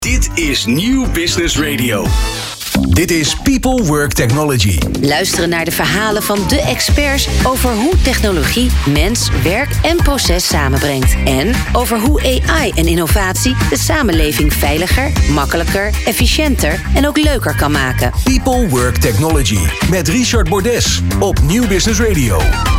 Dit is Nieuw Business Radio. Dit is People Work Technology. Luisteren naar de verhalen van de experts over hoe technologie mens, werk en proces samenbrengt. En over hoe AI en innovatie de samenleving veiliger, makkelijker, efficiënter en ook leuker kan maken. People Work Technology met Richard Bordes op Nieuw Business Radio.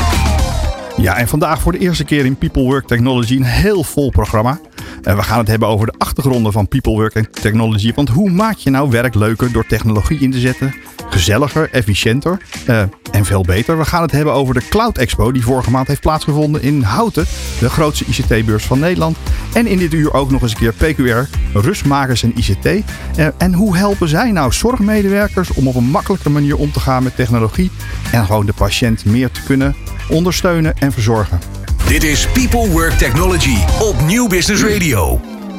Ja, en vandaag voor de eerste keer in People Work Technology een heel vol programma. En we gaan het hebben over de achtergronden van People Work Technology. Want hoe maak je nou werk leuker door technologie in te zetten? Gezelliger, efficiënter en veel beter. We gaan het hebben over de Cloud Expo die vorige maand heeft plaatsgevonden in Houten. De grootste ICT-beurs van Nederland. En in dit uur ook nog eens een keer PQR, rustmakers en ICT. En hoe helpen zij nou zorgmedewerkers om op een makkelijke manier om te gaan met technologie. En gewoon de patiënt meer te kunnen ondersteunen en verzorgen. Dit is People Work Technology op Nieuw Business Radio.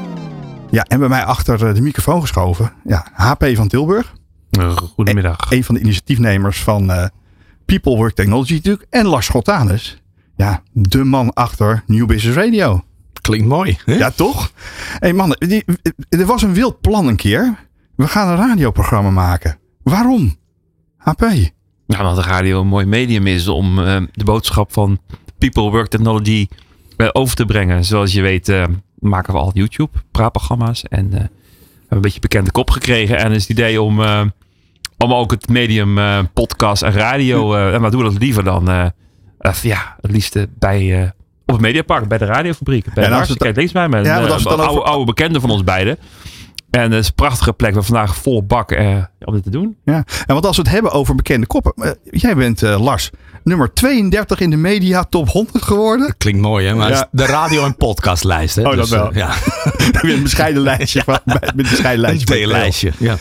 Ja, en bij mij achter de microfoon geschoven, ja, HP van Tilburg. Goedemiddag. Een van de initiatiefnemers van People Work Technology natuurlijk. En Lars Schotanus. Ja, de man achter Nieuw Business Radio. Klinkt mooi. Hè? Ja, toch? Hey mannen, er was een wild plan een keer. We gaan een radioprogramma maken. Waarom? HP? Nou, omdat de radio een mooi medium is om de boodschap van People Work Technology over te brengen. Zoals je weet maken we al YouTube praatprogramma's. En hebben een beetje bekende kop gekregen. En is het idee om ook het medium podcast en radio. En wat doen we dat liever dan het liefst bij op het Mediapark, bij de radiofabriek. Bij Lars, kijk links bij me. Oude bekende van ons beiden. En het is een prachtige plek. We hebben vandaag vol bak om dit te doen. Ja, en want als we het hebben over bekende koppen. Jij bent, Lars, nummer 32 in de media top 100 geworden. Dat klinkt mooi, hè? Maar ja. De radio- en podcastlijst. Hè? Oh, dus, dat wel. Ja. Met een bescheiden lijstje. Een theelijstje. Ja.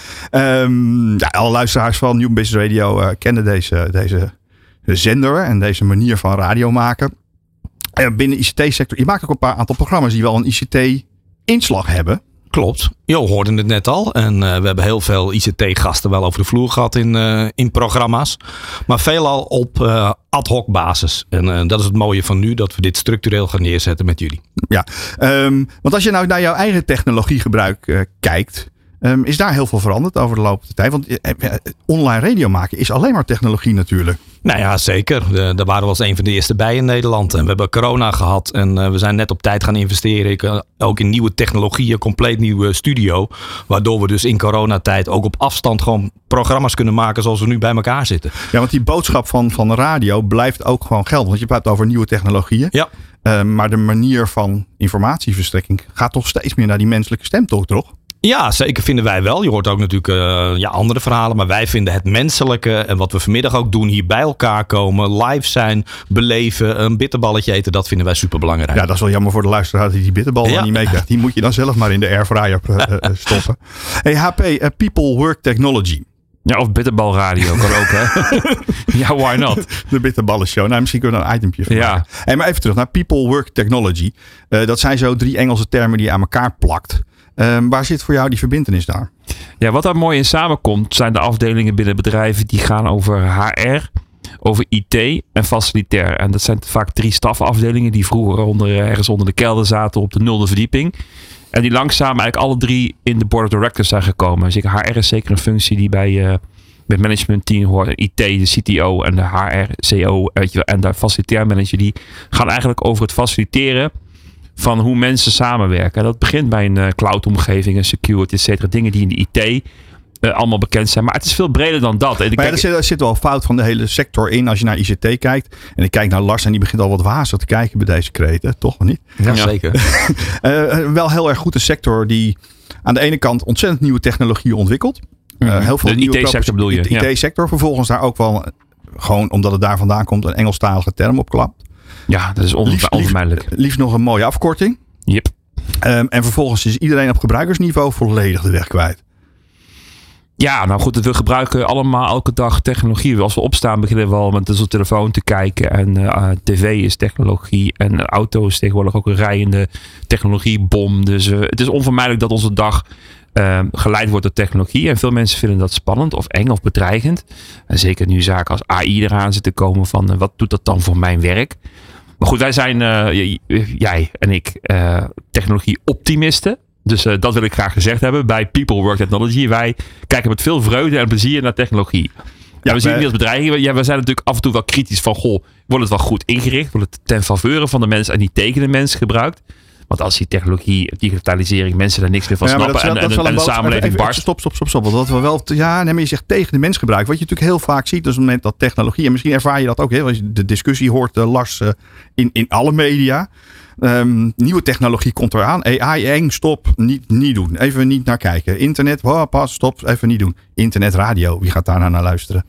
Alle luisteraars van Nieuw Business Radio kennen deze zender en deze manier van radio maken. Binnen de ICT-sector. Je maakt ook een aantal programma's die wel een ICT-inslag hebben. Klopt. Je hoorde het net al. En we hebben heel veel ICT-gasten wel over de vloer gehad in programma's. Maar veelal op ad hoc basis. En dat is het mooie van nu, dat we dit structureel gaan neerzetten met jullie. Ja, want als je nou naar jouw eigen technologiegebruik kijkt. Is daar heel veel veranderd over de loop der tijd? Want online radio maken is alleen maar technologie natuurlijk. Nou ja, zeker. Daar waren we als een van de eerste bij in Nederland. En we hebben corona gehad. En we zijn net op tijd gaan investeren. Ook in nieuwe technologieën. Compleet nieuwe studio. Waardoor we dus in coronatijd ook op afstand gewoon programma's kunnen maken zoals we nu bij elkaar zitten. Ja, want die boodschap van de radio blijft ook gewoon gelden. Want je praat over nieuwe technologieën. Ja. Maar de manier van informatieverstrekking gaat toch steeds meer naar die menselijke stem toch? Ja, zeker vinden wij wel. Je hoort ook natuurlijk andere verhalen. Maar wij vinden het menselijke en wat we vanmiddag ook doen, hier bij elkaar komen, live zijn, beleven, een bitterballetje eten. Dat vinden wij superbelangrijk. Ja, dat is wel jammer voor de luisteraar dat die bitterbal dan niet meekrijgt. Die moet je dan zelf maar in de airfryer stoppen. Hey HP, People Work Technology. Ja, of bitterbalradio kan ook, hè? Ja, why not? De bitterballenshow. Nou, misschien kunnen we er een itempje van maken. Hey, maar even terug naar People Work Technology. Dat zijn zo 3 Engelse termen die je aan elkaar plakt. Waar zit voor jou die verbintenis daar? Ja, wat daar mooi in samenkomt zijn de afdelingen binnen bedrijven die gaan over HR, over IT en facilitair. En dat zijn vaak 3 stafafdelingen die vroeger ergens onder de kelder zaten op de 0e verdieping. En die langzaam eigenlijk alle 3 in de board of directors zijn gekomen. Dus HR is zeker een functie die bij het managementteam hoort. IT, de CTO en de HR, CO en de facilitair manager. Die gaan eigenlijk over het faciliteren van hoe mensen samenwerken. En dat begint bij een cloud-omgeving, een security, et cetera. Dingen die in de IT allemaal bekend zijn. Maar het is veel breder dan dat. Maar er zit wel een fout van de hele sector in als je naar ICT kijkt. En ik kijk naar Lars en die begint al wat wazig te kijken bij deze kreten. Toch of niet? Ja, zeker. Wel heel erg goed een sector die aan de ene kant ontzettend nieuwe technologieën ontwikkelt. Heel veel de IT-sector bedoel je? De IT-sector. Vervolgens daar ook wel, gewoon omdat het daar vandaan komt, een Engelstalige term opklapt. Ja, dat is onvermijdelijk. Liefst nog een mooie afkorting. Yep. En vervolgens is iedereen op gebruikersniveau volledig de weg kwijt. Ja, nou goed, we gebruiken allemaal elke dag technologie. Als we opstaan beginnen we al met onze telefoon te kijken. En tv is technologie. En auto is tegenwoordig ook een rijende technologiebom. Dus het is onvermijdelijk dat onze dag geleid wordt door technologie. En veel mensen vinden dat spannend of eng of bedreigend. En zeker nu zaken als AI eraan zitten komen van wat doet dat dan voor mijn werk? Maar goed, wij zijn, jij en ik, technologie-optimisten. Dus dat wil ik graag gezegd hebben. Bij People Work Technology. Wij kijken met veel vreugde en plezier naar technologie. Ja, we zien het niet als bedreiging. Ja, we zijn natuurlijk af en toe wel kritisch van... wordt het wel goed ingericht? Wordt het ten faveur van de mens en niet tegen de mens gebruikt? Want als die technologie, digitalisering, mensen daar niks meer van snappen en de samenleving barst. Stop. Want wat we wel, maar je zegt tegen de mens gebruiken. Wat je natuurlijk heel vaak ziet, dus op het moment dat technologie, en misschien ervaar je dat ook heel, als je de discussie hoort, Lars, in alle media. Nieuwe technologie komt eraan. AI, eng, stop, niet doen. Even niet naar kijken. Internet, pas, stop, even niet doen. Internet, radio, wie gaat daar nou naar luisteren?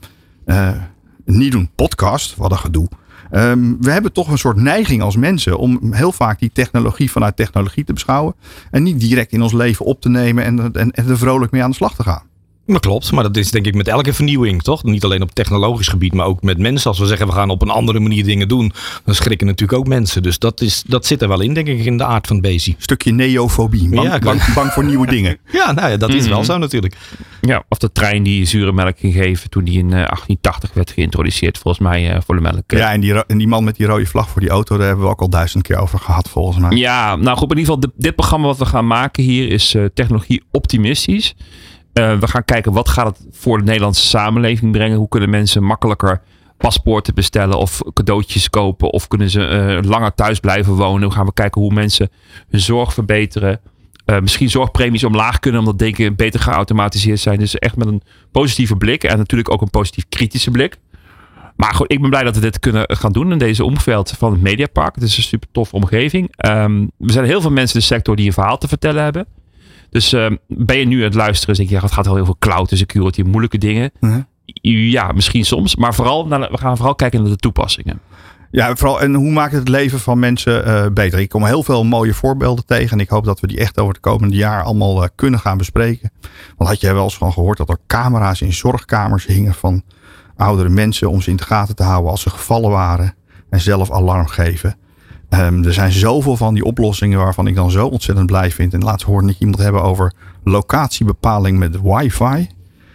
Niet doen. Podcast, wat een gedoe. We hebben toch een soort neiging als mensen om heel vaak die technologie vanuit technologie te beschouwen. En niet direct in ons leven op te nemen en er vrolijk mee aan de slag te gaan. Dat klopt, maar dat is denk ik met elke vernieuwing, toch? Niet alleen op technologisch gebied, maar ook met mensen. Als we zeggen we gaan op een andere manier dingen doen, dan schrikken natuurlijk ook mensen. Dus dat zit er wel in, denk ik, in de aard van het beestje. Stukje neofobie, bang voor nieuwe dingen. Ja, dat is wel zo natuurlijk. Ja, of de trein die zure melk ging geven toen die in 1880 werd geïntroduceerd, volgens mij, voor de melk. Ja, en die man met die rode vlag voor die auto, daar hebben we ook al 1000 keer over gehad, volgens mij. Ja, nou goed, in ieder geval, dit programma wat we gaan maken hier is technologie optimistisch. We gaan kijken wat gaat het voor de Nederlandse samenleving brengen. Hoe kunnen mensen makkelijker paspoorten bestellen of cadeautjes kopen. Of kunnen ze langer thuis blijven wonen. Dan gaan we kijken hoe mensen hun zorg verbeteren. Misschien zorgpremies omlaag kunnen omdat dingen beter geautomatiseerd zijn. Dus echt met een positieve blik. En natuurlijk ook een positief kritische blik. Maar goed, ik ben blij dat we dit kunnen gaan doen in deze omveld van het Mediapark. Het is een super tof omgeving. Er zijn heel veel mensen in de sector die een verhaal te vertellen hebben. Dus ben je nu aan het luisteren, denk je, het gaat wel heel veel cloud en security, moeilijke dingen. Ja, misschien soms. Maar we gaan vooral kijken naar de toepassingen. Ja, vooral en hoe maakt het leven van mensen beter? Ik kom heel veel mooie voorbeelden tegen. En ik hoop dat we die echt over het komende jaar allemaal kunnen gaan bespreken. Want had jij wel eens van gehoord dat er camera's in zorgkamers hingen van oudere mensen om ze in de gaten te houden als ze gevallen waren en zelf alarm geven. Er zijn zoveel van die oplossingen waarvan ik dan zo ontzettend blij vind. En laatst hoorde ik iemand hebben over locatiebepaling met wifi.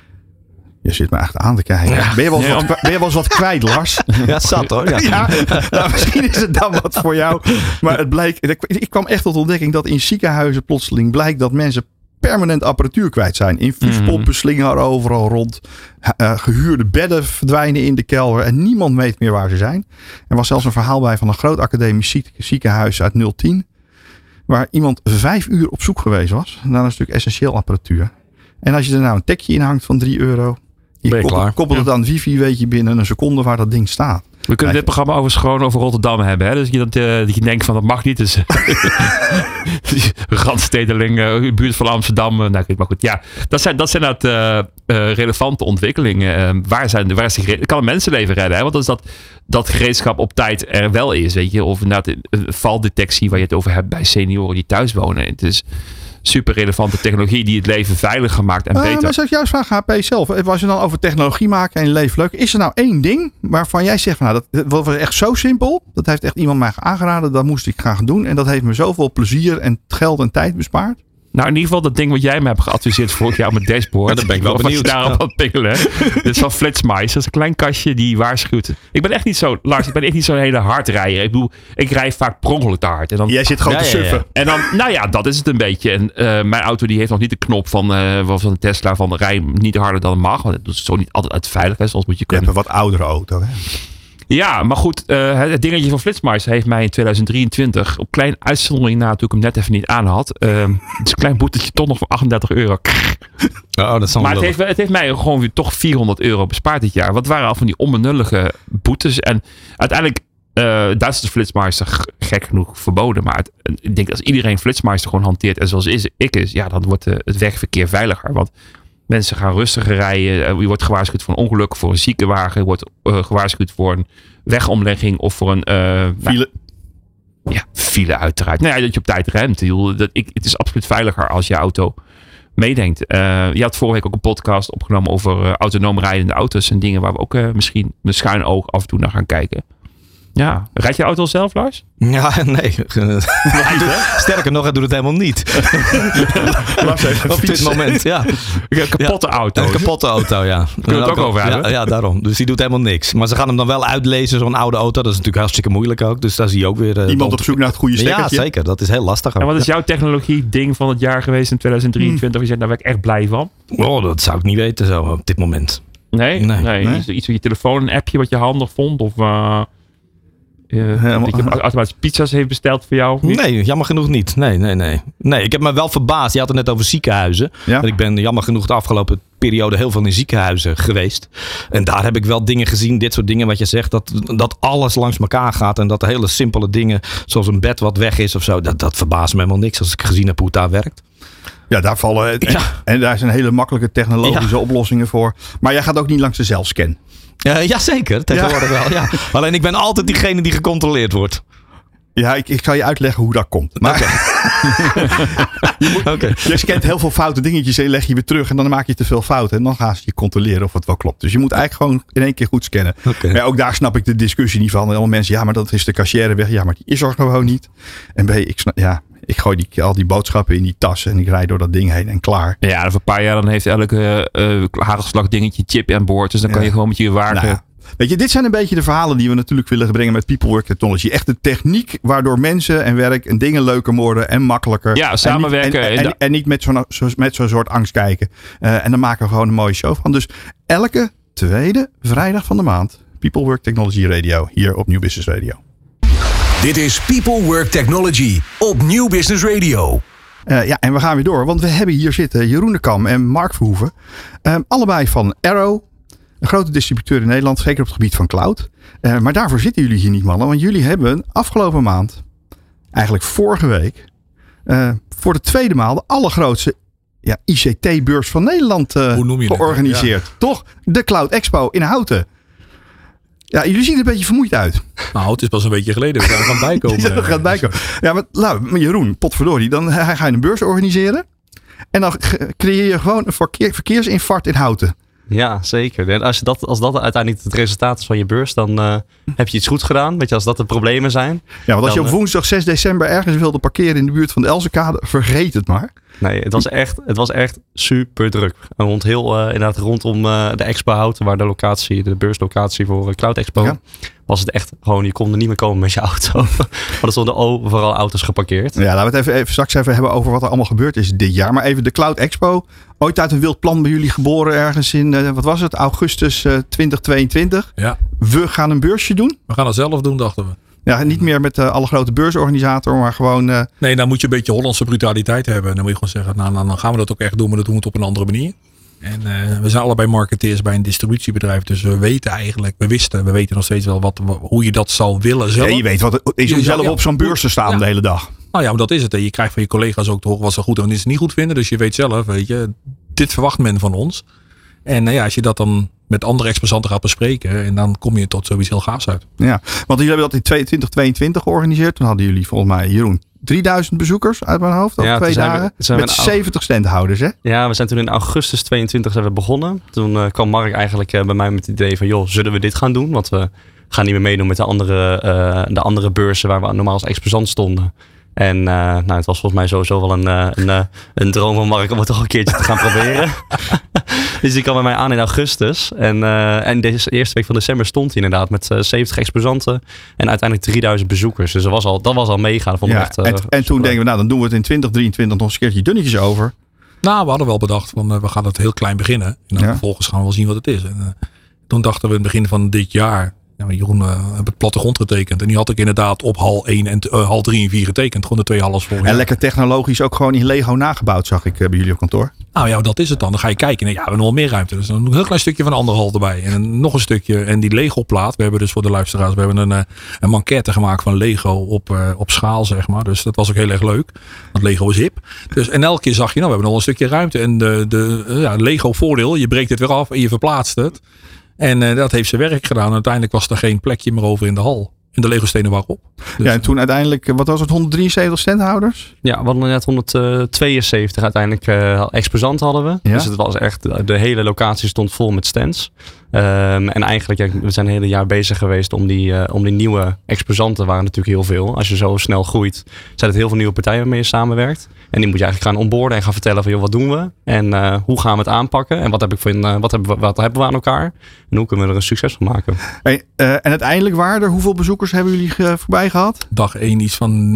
Je zit me echt aan te kijken. Ja. Ben je wel eens wat kwijt, Lars? Ja, zat hoor. Ja. Nou, misschien is het dan wat voor jou. Maar het blijkt, ik kwam echt tot ontdekking dat in ziekenhuizen plotseling blijkt dat mensen permanent apparatuur kwijt zijn. Infuuspompen slingeren overal rond. Gehuurde bedden verdwijnen in de kelder. En niemand weet meer waar ze zijn. Er was zelfs een verhaal bij van een groot academisch ziekenhuis uit 010. Waar iemand 5 uur op zoek geweest was naar een stuk essentieel apparatuur. En als je er nou een tekje in hangt van €3. Je koppelt het aan wifi, weet je binnen een seconde waar dat ding staat. We kunnen dit programma overigens gewoon over Rotterdam hebben. Hè? Dus dat je denkt van dat mag niet. Dus Randstedeling, buurt van Amsterdam. Maar goed, ja, dat zijn dat relevante ontwikkelingen. Kan een mensenleven redden. Hè? Want als dat gereedschap op tijd er wel is. Weet je? Of inderdaad valdetectie waar je het over hebt bij senioren die thuis wonen. Het is super relevante technologie die het leven veiliger maakt en beter. Maar zou ik juist vragen, HP zelf. Als je dan over technologie maken en je leven leuk. Is er nou één ding waarvan jij zegt, nou, dat was echt zo simpel. Dat heeft echt iemand mij aangeraden. Dat moest ik gaan doen. En dat heeft me zoveel plezier en geld en tijd bespaard. Nou, in ieder geval dat ding wat jij me hebt geadviseerd vorig jaar op mijn dashboard. Ja, daar ben ik wel benieuwd. Daarop aan pingelen. Dit is van Flitsmeister. Dat is een klein kastje die waarschuwt. Ik ben echt niet zo, Lars, zo'n hele hardrijder. Ik bedoel, ik rij vaak per ongeluk te hard. En dan, jij zit gewoon te suffen. En dan, nou ja, dat is het een beetje. En mijn auto die heeft nog niet de knop van een Tesla van rij niet harder dan het mag. Want dat doet zo niet altijd uit veiligheid. Soms moet je kunnen. Je hebt een wat oudere auto, hè? Ja, maar goed, het dingetje van Flitsmeister heeft mij in 2023 op klein uitzondering na, toen ik hem net even niet aan had. Het is een klein boetetje toch nog van €38. Maar het heeft mij gewoon weer toch €400 bespaard dit jaar. Wat waren al van die onbenullige boetes. En uiteindelijk, daar is de Flitsmeister gek genoeg verboden. Maar ik denk als iedereen Flitsmeister gewoon hanteert en zoals ik is, ja, dan wordt het wegverkeer veiliger. Want mensen gaan rustiger rijden. Je wordt gewaarschuwd voor een ongeluk, voor een ziekenwagen. Je wordt gewaarschuwd voor een wegomlegging of voor een file. File uiteraard. Nou ja, dat je op tijd remt. Het is absoluut veiliger als je auto meedenkt. Je had vorige week ook een podcast opgenomen over autonoom rijdende auto's en dingen waar we ook misschien met schuin oog af en toe naar gaan kijken. Ja. Rijd je auto zelf, Lars? Ja, nee. Sterker nog, hij doet het helemaal niet. Lars heeft Op dit moment, ja. Een kapotte auto. Een kapotte auto, ja. Kunnen we het ook over hebben? Ja, daarom. Dus die doet helemaal niks. Maar ze gaan hem dan wel uitlezen, zo'n oude auto. Dat is natuurlijk hartstikke moeilijk ook. Dus daar zie je ook weer... Iemand op zoek naar het goede stekkertje. Ja, zeker. Dat is heel lastig. En wat is jouw technologie-ding van het jaar geweest in 2023? Je zegt, daar ben ik echt blij van. Oh, dat zou ik niet weten zo op dit moment. Nee? Is er iets met je telefoon, een appje wat je handig vond? Of dat je automatisch pizza's heeft besteld voor jou? Nee, jammer genoeg niet. Nee, ik heb me wel verbaasd. Je had het net over ziekenhuizen. Ja? Want ik ben jammer genoeg de afgelopen periode heel veel in ziekenhuizen geweest. En daar heb ik wel dingen gezien, dit soort dingen wat je zegt, dat alles langs elkaar gaat. En dat hele simpele dingen, zoals een bed wat weg is of zo, dat verbaast me helemaal niks als ik gezien heb hoe het daar werkt. Ja, daar vallen... En daar zijn hele makkelijke technologische oplossingen voor. Maar jij gaat ook niet langs de zelfscan. Jazeker, tegenwoordig wel. Ja. Alleen ik ben altijd diegene die gecontroleerd wordt. Ja, ik zal je uitleggen hoe dat komt. Maar je scant heel veel foute dingetjes en leg je weer terug. En dan maak je te veel fouten. En dan gaan ze je controleren of het wel klopt. Dus je moet eigenlijk gewoon in één keer goed scannen. Okay. Maar ook daar snap ik de discussie niet van. Allemaal mensen, ja, maar dat is de cashier weg. Ja, maar die is er gewoon niet. En B, ik gooi al die boodschappen in die tas en ik rijd door dat ding heen en klaar. Ja, over een paar jaar dan heeft elke hagelslag dingetje chip aan boord. Dus dan kan je gewoon met je wagen... Nou, weet je, dit zijn een beetje de verhalen die we natuurlijk willen brengen met People Work Technology. Echt de techniek waardoor mensen en werk en dingen leuker worden en makkelijker. Ja, samenwerken. En niet met zo'n soort angst kijken. En dan maken we gewoon een mooie show van. Dus elke tweede vrijdag van de maand People Work Technology Radio hier op Nieuw Business Radio. Dit is People Work Technology op Nieuw Business Radio. En we gaan weer door. Want we hebben hier zitten Jeroen de Kam en Mark Verhoeven. Allebei van Arrow. Een grote distributeur in Nederland. Zeker op het gebied van cloud. Maar daarvoor zitten jullie hier niet, mannen. Want jullie hebben afgelopen maand, eigenlijk vorige week, voor de tweede maal de allergrootste ICT-beurs van Nederland georganiseerd. Ja. Toch? De Cloud Expo in Houten. Ja, jullie zien er een beetje vermoeid uit. Nou, het is pas een beetje geleden. We gaan bijkomen. Ja, maar Jeroen, potverdorie. Dan ga je een beurs organiseren. En dan creëer je gewoon een verkeersinfarct in Houten. Ja, zeker. En als dat uiteindelijk het resultaat is van je beurs, dan heb je iets goed gedaan. Weet je, als dat de problemen zijn. Ja, want als je op woensdag 6 december ergens wilde parkeren in de buurt van de Elzekade, vergeet het maar. Nee, het was echt super druk. Rondom de Expo Houten, waar de beurslocatie voor Cloud Expo, was het echt gewoon, je kon er niet meer komen met je auto. Maar er stonden overal auto's geparkeerd. Ja, laten we het even straks hebben over wat er allemaal gebeurd is dit jaar. Maar even de Cloud Expo. Ooit uit een wild plan bij jullie geboren ergens in, augustus 2022. Ja. We gaan een beursje doen. We gaan het zelf doen, dachten we. Ja, niet meer met alle grote beursorganisator, maar gewoon... Nee, dan moet je een beetje Hollandse brutaliteit hebben. En dan moet je gewoon zeggen, dan gaan we dat ook echt doen, maar dat doen we het op een andere manier. En we zijn allebei marketeers bij een distributiebedrijf. Dus we weten nog steeds wel hoe je dat zou willen zelf. Ja, je weet wat het is om zelf op zo'n beurs te staan de hele dag. Nou ja, maar dat is het. Je krijgt van je collega's ook te horen wat ze goed en wat ze niet goed vinden. Dus je weet zelf, dit verwacht men van ons. En als je dat dan met andere exposanten gaat bespreken, en dan kom je tot zoiets heel gaafs uit. Ja, want jullie hebben dat in 2022 georganiseerd. Toen hadden jullie volgens mij, Jeroen, 3000 bezoekers uit mijn hoofd op 2 dagen. Met 70 standhouders, hè? Ja, we zijn toen in augustus 22 zijn we begonnen. Toen kwam Mark eigenlijk bij mij met het idee van, joh, zullen we dit gaan doen? Want we gaan niet meer meedoen met de andere beurzen waar we normaal als exposant stonden. En het was volgens mij sowieso wel een droom van Mark om het toch een keertje te gaan proberen. Dus die kwam bij mij aan in augustus. En deze eerste week van december stond hij inderdaad met 70 exposanten. En uiteindelijk 3000 bezoekers. Dus dat was al mega. Dat vond ik echt, en toen denken we, dan doen we het in 2023 nog eens een keertje dunnetjes over. Nou, we hadden wel bedacht van we gaan het heel klein beginnen. En dan vervolgens gaan we wel zien wat het is. En toen dachten we in het begin van dit jaar... Ja, Jeroen heeft het plattegrond getekend. En die had ik inderdaad op hal 1 en hal 3 en 4 getekend. Gewoon de 2 hallen voor. En lekker technologisch ook gewoon in Lego nagebouwd, zag ik bij jullie op kantoor. Nou ja, dat is het dan. Dan ga je kijken. En we hebben nog wel meer ruimte. Dus dan een heel klein stukje van de andere hal erbij. En nog een stukje. En die Lego plaat. We hebben dus voor de luisteraars. We hebben een manquette gemaakt van Lego op schaal, zeg maar. Dus dat was ook heel erg leuk. Want Lego is hip. Dus, en elke keer zag je, we hebben nog een stukje ruimte. En de Lego voordeel. Je breekt het weer af en je verplaatst het. En dat heeft zijn werk gedaan. Uiteindelijk was er geen plekje meer over in de hal. En de Lego stenen waren op. Dus, Ja, en toen uiteindelijk, wat was het, 173 standhouders? Ja, we hadden net 172 uiteindelijk exposanten hadden we. Ja. Dus het was echt, de hele locatie stond vol met stands. En eigenlijk, we zijn een hele jaar bezig geweest om die nieuwe exposanten, waren natuurlijk heel veel. Als je zo snel groeit, zijn het heel veel nieuwe partijen waarmee je samenwerkt. En die moet je eigenlijk gaan onboarden en gaan vertellen van, joh, wat doen we? En hoe gaan we het aanpakken? En wat hebben we aan elkaar? En hoe kunnen we er een succes van maken? Hey, en uiteindelijk waren er, hoeveel bezoekers hebben jullie voorbij gehad? dag 1 iets van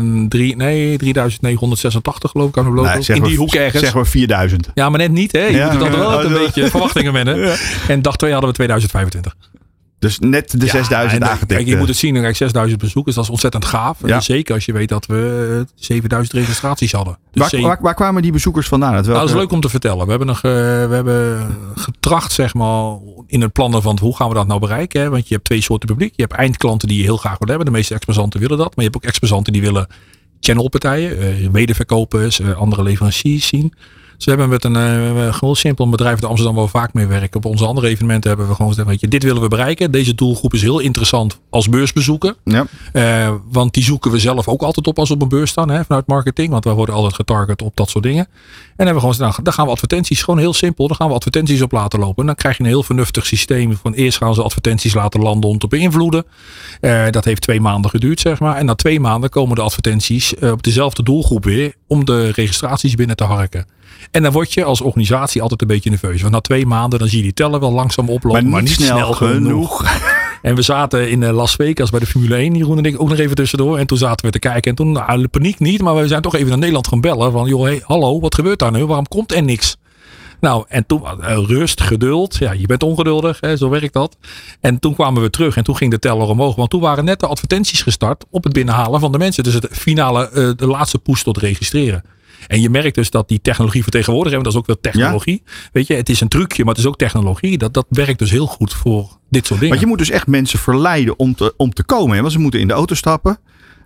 3986 geloof ik aan de logo. Nee, in die hoek ergens. Zeggen we 4000. Ja, maar net niet. Hè? Je Ja. moet dan wel Ja. een beetje verwachtingen wennen. Ja. En dag 2 hadden we 2025. Dus net de 6000 en, aangetikt. kijk, je moet het zien. Kijk, 6000 bezoekers, dat is ontzettend gaaf. Ja. En zeker als je weet dat we 7000 registraties hadden. Dus Waar kwamen die bezoekers vandaan? Nou, dat is leuk om te vertellen. We hebben getracht, zeg maar, in het plannen van hoe gaan we dat nou bereiken. Hè? Want je hebt 2 soorten publiek. Je hebt eindklanten die je heel graag wil hebben. De meeste exposanten willen dat. Maar je hebt ook exposanten die willen channelpartijen, wederverkopers, andere leveranciers zien. Dus we hebben met een gewoon simpel bedrijf in Amsterdam waar we vaak mee werken. Op onze andere evenementen hebben we gewoon gezegd, weet je, dit willen we bereiken. Deze doelgroep is heel interessant als beursbezoeker. Ja. Want die zoeken we zelf ook altijd op als we op een beurs staan, hè, vanuit marketing. Want wij worden altijd getarget op dat soort dingen. En dan hebben we gewoon gezegd, dan gaan we advertenties, gewoon heel simpel. Dan gaan we advertenties op laten lopen. En dan krijg je een heel vernuftig systeem. Van eerst gaan ze advertenties laten landen om te beïnvloeden. Dat heeft 2 maanden geduurd, zeg maar. En na 2 maanden komen de advertenties op dezelfde doelgroep weer om de registraties binnen te harken. En dan word je als organisatie altijd een beetje nerveus. Want na 2 maanden dan zie je die teller wel langzaam oplopen. Maar niet snel genoeg. En we zaten in Las Vegas bij de Formule 1. Jeroen en ik ook nog even tussendoor. En toen zaten we te kijken. En toen, paniek niet. Maar we zijn toch even naar Nederland gaan bellen. Van joh, hey, hallo, wat gebeurt daar nu? Waarom komt er niks? Nou, en toen rust, geduld. Ja, je bent ongeduldig, hè, zo werkt dat. En toen kwamen we terug en toen ging de teller omhoog. Want toen waren net de advertenties gestart op het binnenhalen van de mensen. Dus het finale, de laatste push tot registreren. En je merkt dus dat die technologie vertegenwoordigen, dat is ook wel technologie. Ja. Weet je, het is een trucje, maar het is ook technologie. Dat werkt dus heel goed voor dit soort dingen. Want je moet dus echt mensen verleiden om te komen. Hè? Want ze moeten in de auto stappen.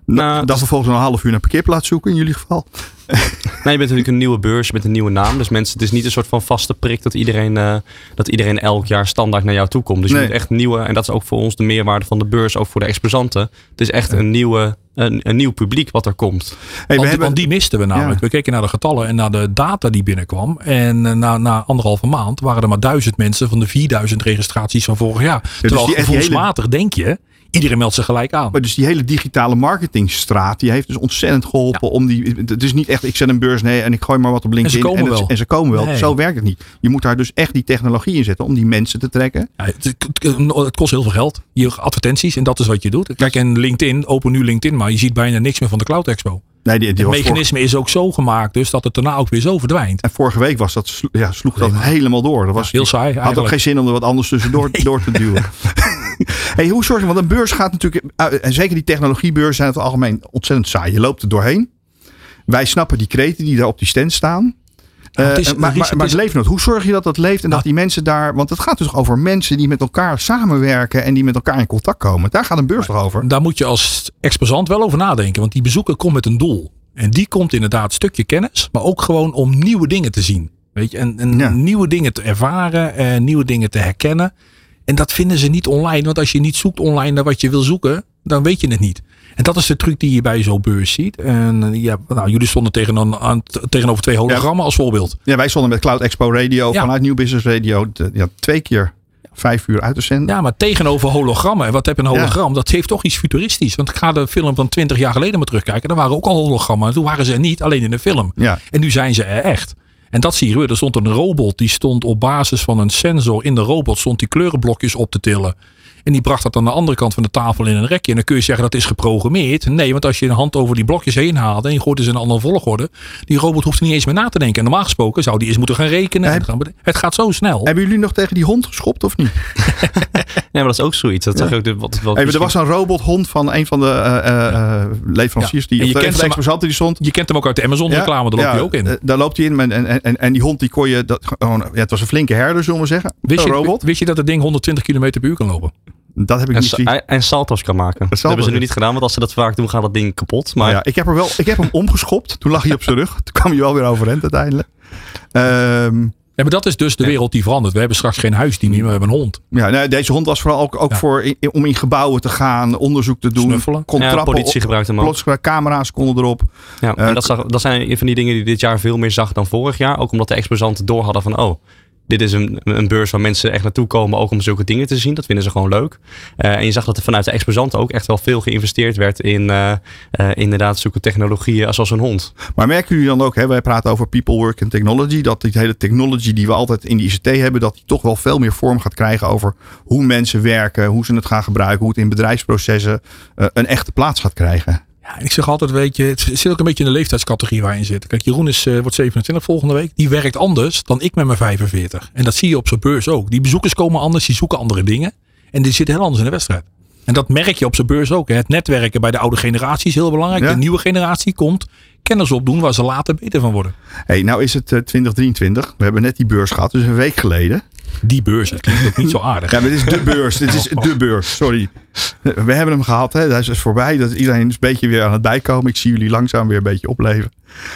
Dan vervolgens een half uur een parkeerplaats zoeken in jullie geval. Nou, je bent natuurlijk een nieuwe beurs met een nieuwe naam. Dus mensen, het is niet een soort van vaste prik dat iedereen elk jaar standaard naar jou toe komt. Dus je moet echt nieuwe, en dat is ook voor ons de meerwaarde van de beurs, ook voor de exposanten. Het is echt een nieuw publiek wat er komt. Want die misten we namelijk. Ja. We keken naar de getallen en naar de data die binnenkwam. En na 1,5 maand waren er maar 1000 mensen van de 4000 registraties van vorig jaar. Ja, terwijl dus gevoelsmatig denk je, iedereen meldt zich gelijk aan. Maar dus die hele digitale marketingstraat, die heeft dus ontzettend geholpen om die. Het is niet echt, ik zet een beurs neer en ik gooi maar wat op LinkedIn. En ze komen wel. Nee. Zo werkt het niet. Je moet daar dus echt die technologie in zetten om die mensen te trekken. Ja, het kost heel veel geld. Je advertenties en dat is wat je doet. Kijk, en LinkedIn, open nu LinkedIn, maar je ziet bijna niks meer van de Cloud Expo. Nee, het mechanisme is ook zo gemaakt dus dat het daarna ook weer zo verdwijnt. En vorige week was dat, sloeg dat helemaal door. Dat was heel saai eigenlijk. Had ook geen zin om er wat anders tussendoor door te duwen. Hey, hoe zorg je? Want een beurs gaat natuurlijk, en zeker die technologiebeurs zijn het algemeen ontzettend saai. Je loopt er doorheen. Wij snappen die kreten die daar op die stand staan. Maar het leeft nog. Hoe zorg je dat leeft en dat die mensen daar... Want het gaat dus over mensen die met elkaar samenwerken en die met elkaar in contact komen. Daar gaat een beurs toch over? Daar moet je als exposant wel over nadenken. Want die bezoeker komt met een doel. En die komt inderdaad een stukje kennis, maar ook gewoon om nieuwe dingen te zien. Weet je, en nieuwe dingen te ervaren en nieuwe dingen te herkennen. En dat vinden ze niet online. Want als je niet zoekt online naar wat je wil zoeken, dan weet je het niet. En dat is de truc die je bij zo'n beurs ziet. En jullie stonden tegenover 2 hologrammen als voorbeeld. Ja, wij stonden met Cloud Expo Radio vanuit New Business Radio 2 keer 5 uur uit te zenden. Ja, maar tegenover hologrammen. En wat heb je een hologram? Ja. Dat heeft toch iets futuristisch. Want ik ga de film van 20 jaar geleden maar terugkijken. Daar waren ook al hologrammen. En toen waren ze er niet, alleen in de film. Ja. En nu zijn ze er echt. En dat zie je weer. Er stond een robot. Die stond op basis van een sensor in de robot. Stond die kleurenblokjes op te tillen. En die bracht dat aan de andere kant van de tafel in een rekje. En dan kun je zeggen dat is geprogrammeerd. Nee, want als je een hand over die blokjes heen haalde en je gooit ze in een andere volgorde. Die robot hoeft er niet eens meer na te denken. En normaal gesproken zou die eens moeten gaan rekenen. Het gaat zo snel. Hebben jullie nog tegen die hond geschopt of niet? Ja, maar dat is ook zoiets. Dat zeg ik ook er was een robothond van een van de leveranciers die op de exposanten die stond. Je kent hem ook uit de Amazon reclame. Daar loopt hij ook in. Daar loopt hij in. En die hond die kon je... het was een flinke herder, zullen we zeggen. Wist je dat het ding 120 km per uur kan lopen? Dat heb ik niet gezien. En salto's kan maken. Dat hebben ze nu niet gedaan, want als ze dat vaak doen, gaat dat ding kapot. Maar ja, ik heb hem omgeschopt. Toen lag hij op zijn rug. Toen kwam hij wel weer overeind uiteindelijk. Ja, maar dat is dus de wereld die verandert. We hebben straks geen huisdier meer, we hebben een hond. Ja, nee, deze hond was vooral ook voor om in gebouwen te gaan, onderzoek te doen. Snuffelen. Kon trappen politie gebruikt hem ook. Camera's konden erop. Ja, en dat zijn van die dingen die dit jaar veel meer zag dan vorig jaar. Ook omdat de exposanten door hadden van dit is een beurs waar mensen echt naartoe komen ook om zulke dingen te zien. Dat vinden ze gewoon leuk. En je zag dat er vanuit de exposanten ook echt wel veel geïnvesteerd werd in inderdaad zulke technologieën zoals een hond. Maar merken jullie dan ook, wij praten over people, work en technology, dat die hele technology die we altijd in de ICT hebben, dat die toch wel veel meer vorm gaat krijgen over hoe mensen werken, hoe ze het gaan gebruiken, hoe het in bedrijfsprocessen een echte plaats gaat krijgen. Ja, ik zeg altijd, weet je, het zit ook een beetje in de leeftijdscategorie waar je in zit. Kijk, Jeroen wordt 27 volgende week. Die werkt anders dan ik met mijn 45. En dat zie je op zijn beurs ook. Die bezoekers komen anders, die zoeken andere dingen. En die zitten heel anders in de wedstrijd. En dat merk je op zijn beurs ook. Hè. Het netwerken bij de oude generatie is heel belangrijk. Ja. De nieuwe generatie komt kennis opdoen waar ze later beter van worden. Nou is het 2023. We hebben net die beurs gehad, dus een week geleden. Die beurs, dat klinkt ook niet zo aardig. Ja, maar dit is de beurs. Dit is de beurs, sorry. We hebben hem gehad. Hij is dus voorbij. Dat iedereen is een beetje weer aan het bijkomen. Ik zie jullie langzaam weer een beetje opleven.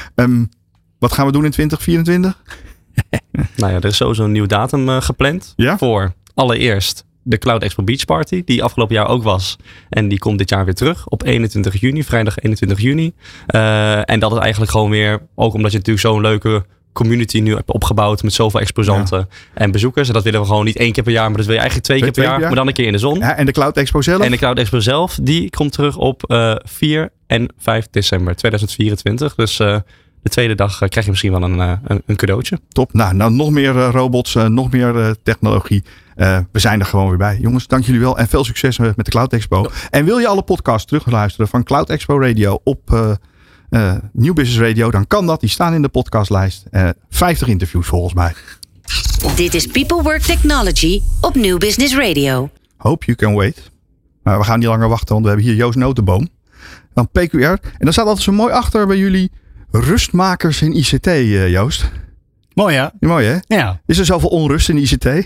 Wat gaan we doen in 2024? Nou ja, er is sowieso een nieuwe datum gepland. Ja? Voor allereerst de Cloud Expo Beach Party. Die afgelopen jaar ook was. En die komt dit jaar weer terug op 21 juni. Vrijdag 21 juni. En dat is eigenlijk gewoon weer, ook omdat je natuurlijk zo'n leuke community nu hebt opgebouwd met zoveel exposanten en bezoekers. En dat willen we gewoon niet 1 keer per jaar, maar dat wil je eigenlijk 2 keer per jaar, maar dan een keer in de zon. Ja, en de Cloud Expo zelf? En de Cloud Expo zelf, die komt terug op 4 en 5 december 2024. Dus de tweede dag krijg je misschien wel een cadeautje. Top. Nou nog meer robots, nog meer technologie. We zijn er gewoon weer bij. Jongens, dank jullie wel en veel succes met de Cloud Expo. Ja. En wil je alle podcasts terugluisteren van Cloud Expo Radio op New Business Radio, dan kan dat. Die staan in de podcastlijst. 50 interviews volgens mij. Dit is People Work Technology op New Business Radio. Hope you can wait. Maar we gaan niet langer wachten, want we hebben hier Joost Notenboom van PQR. En daar staat altijd zo mooi achter bij jullie rustmakers in ICT, Joost. Mooi hè? Mooi hè? Ja. Is er zoveel onrust in ICT?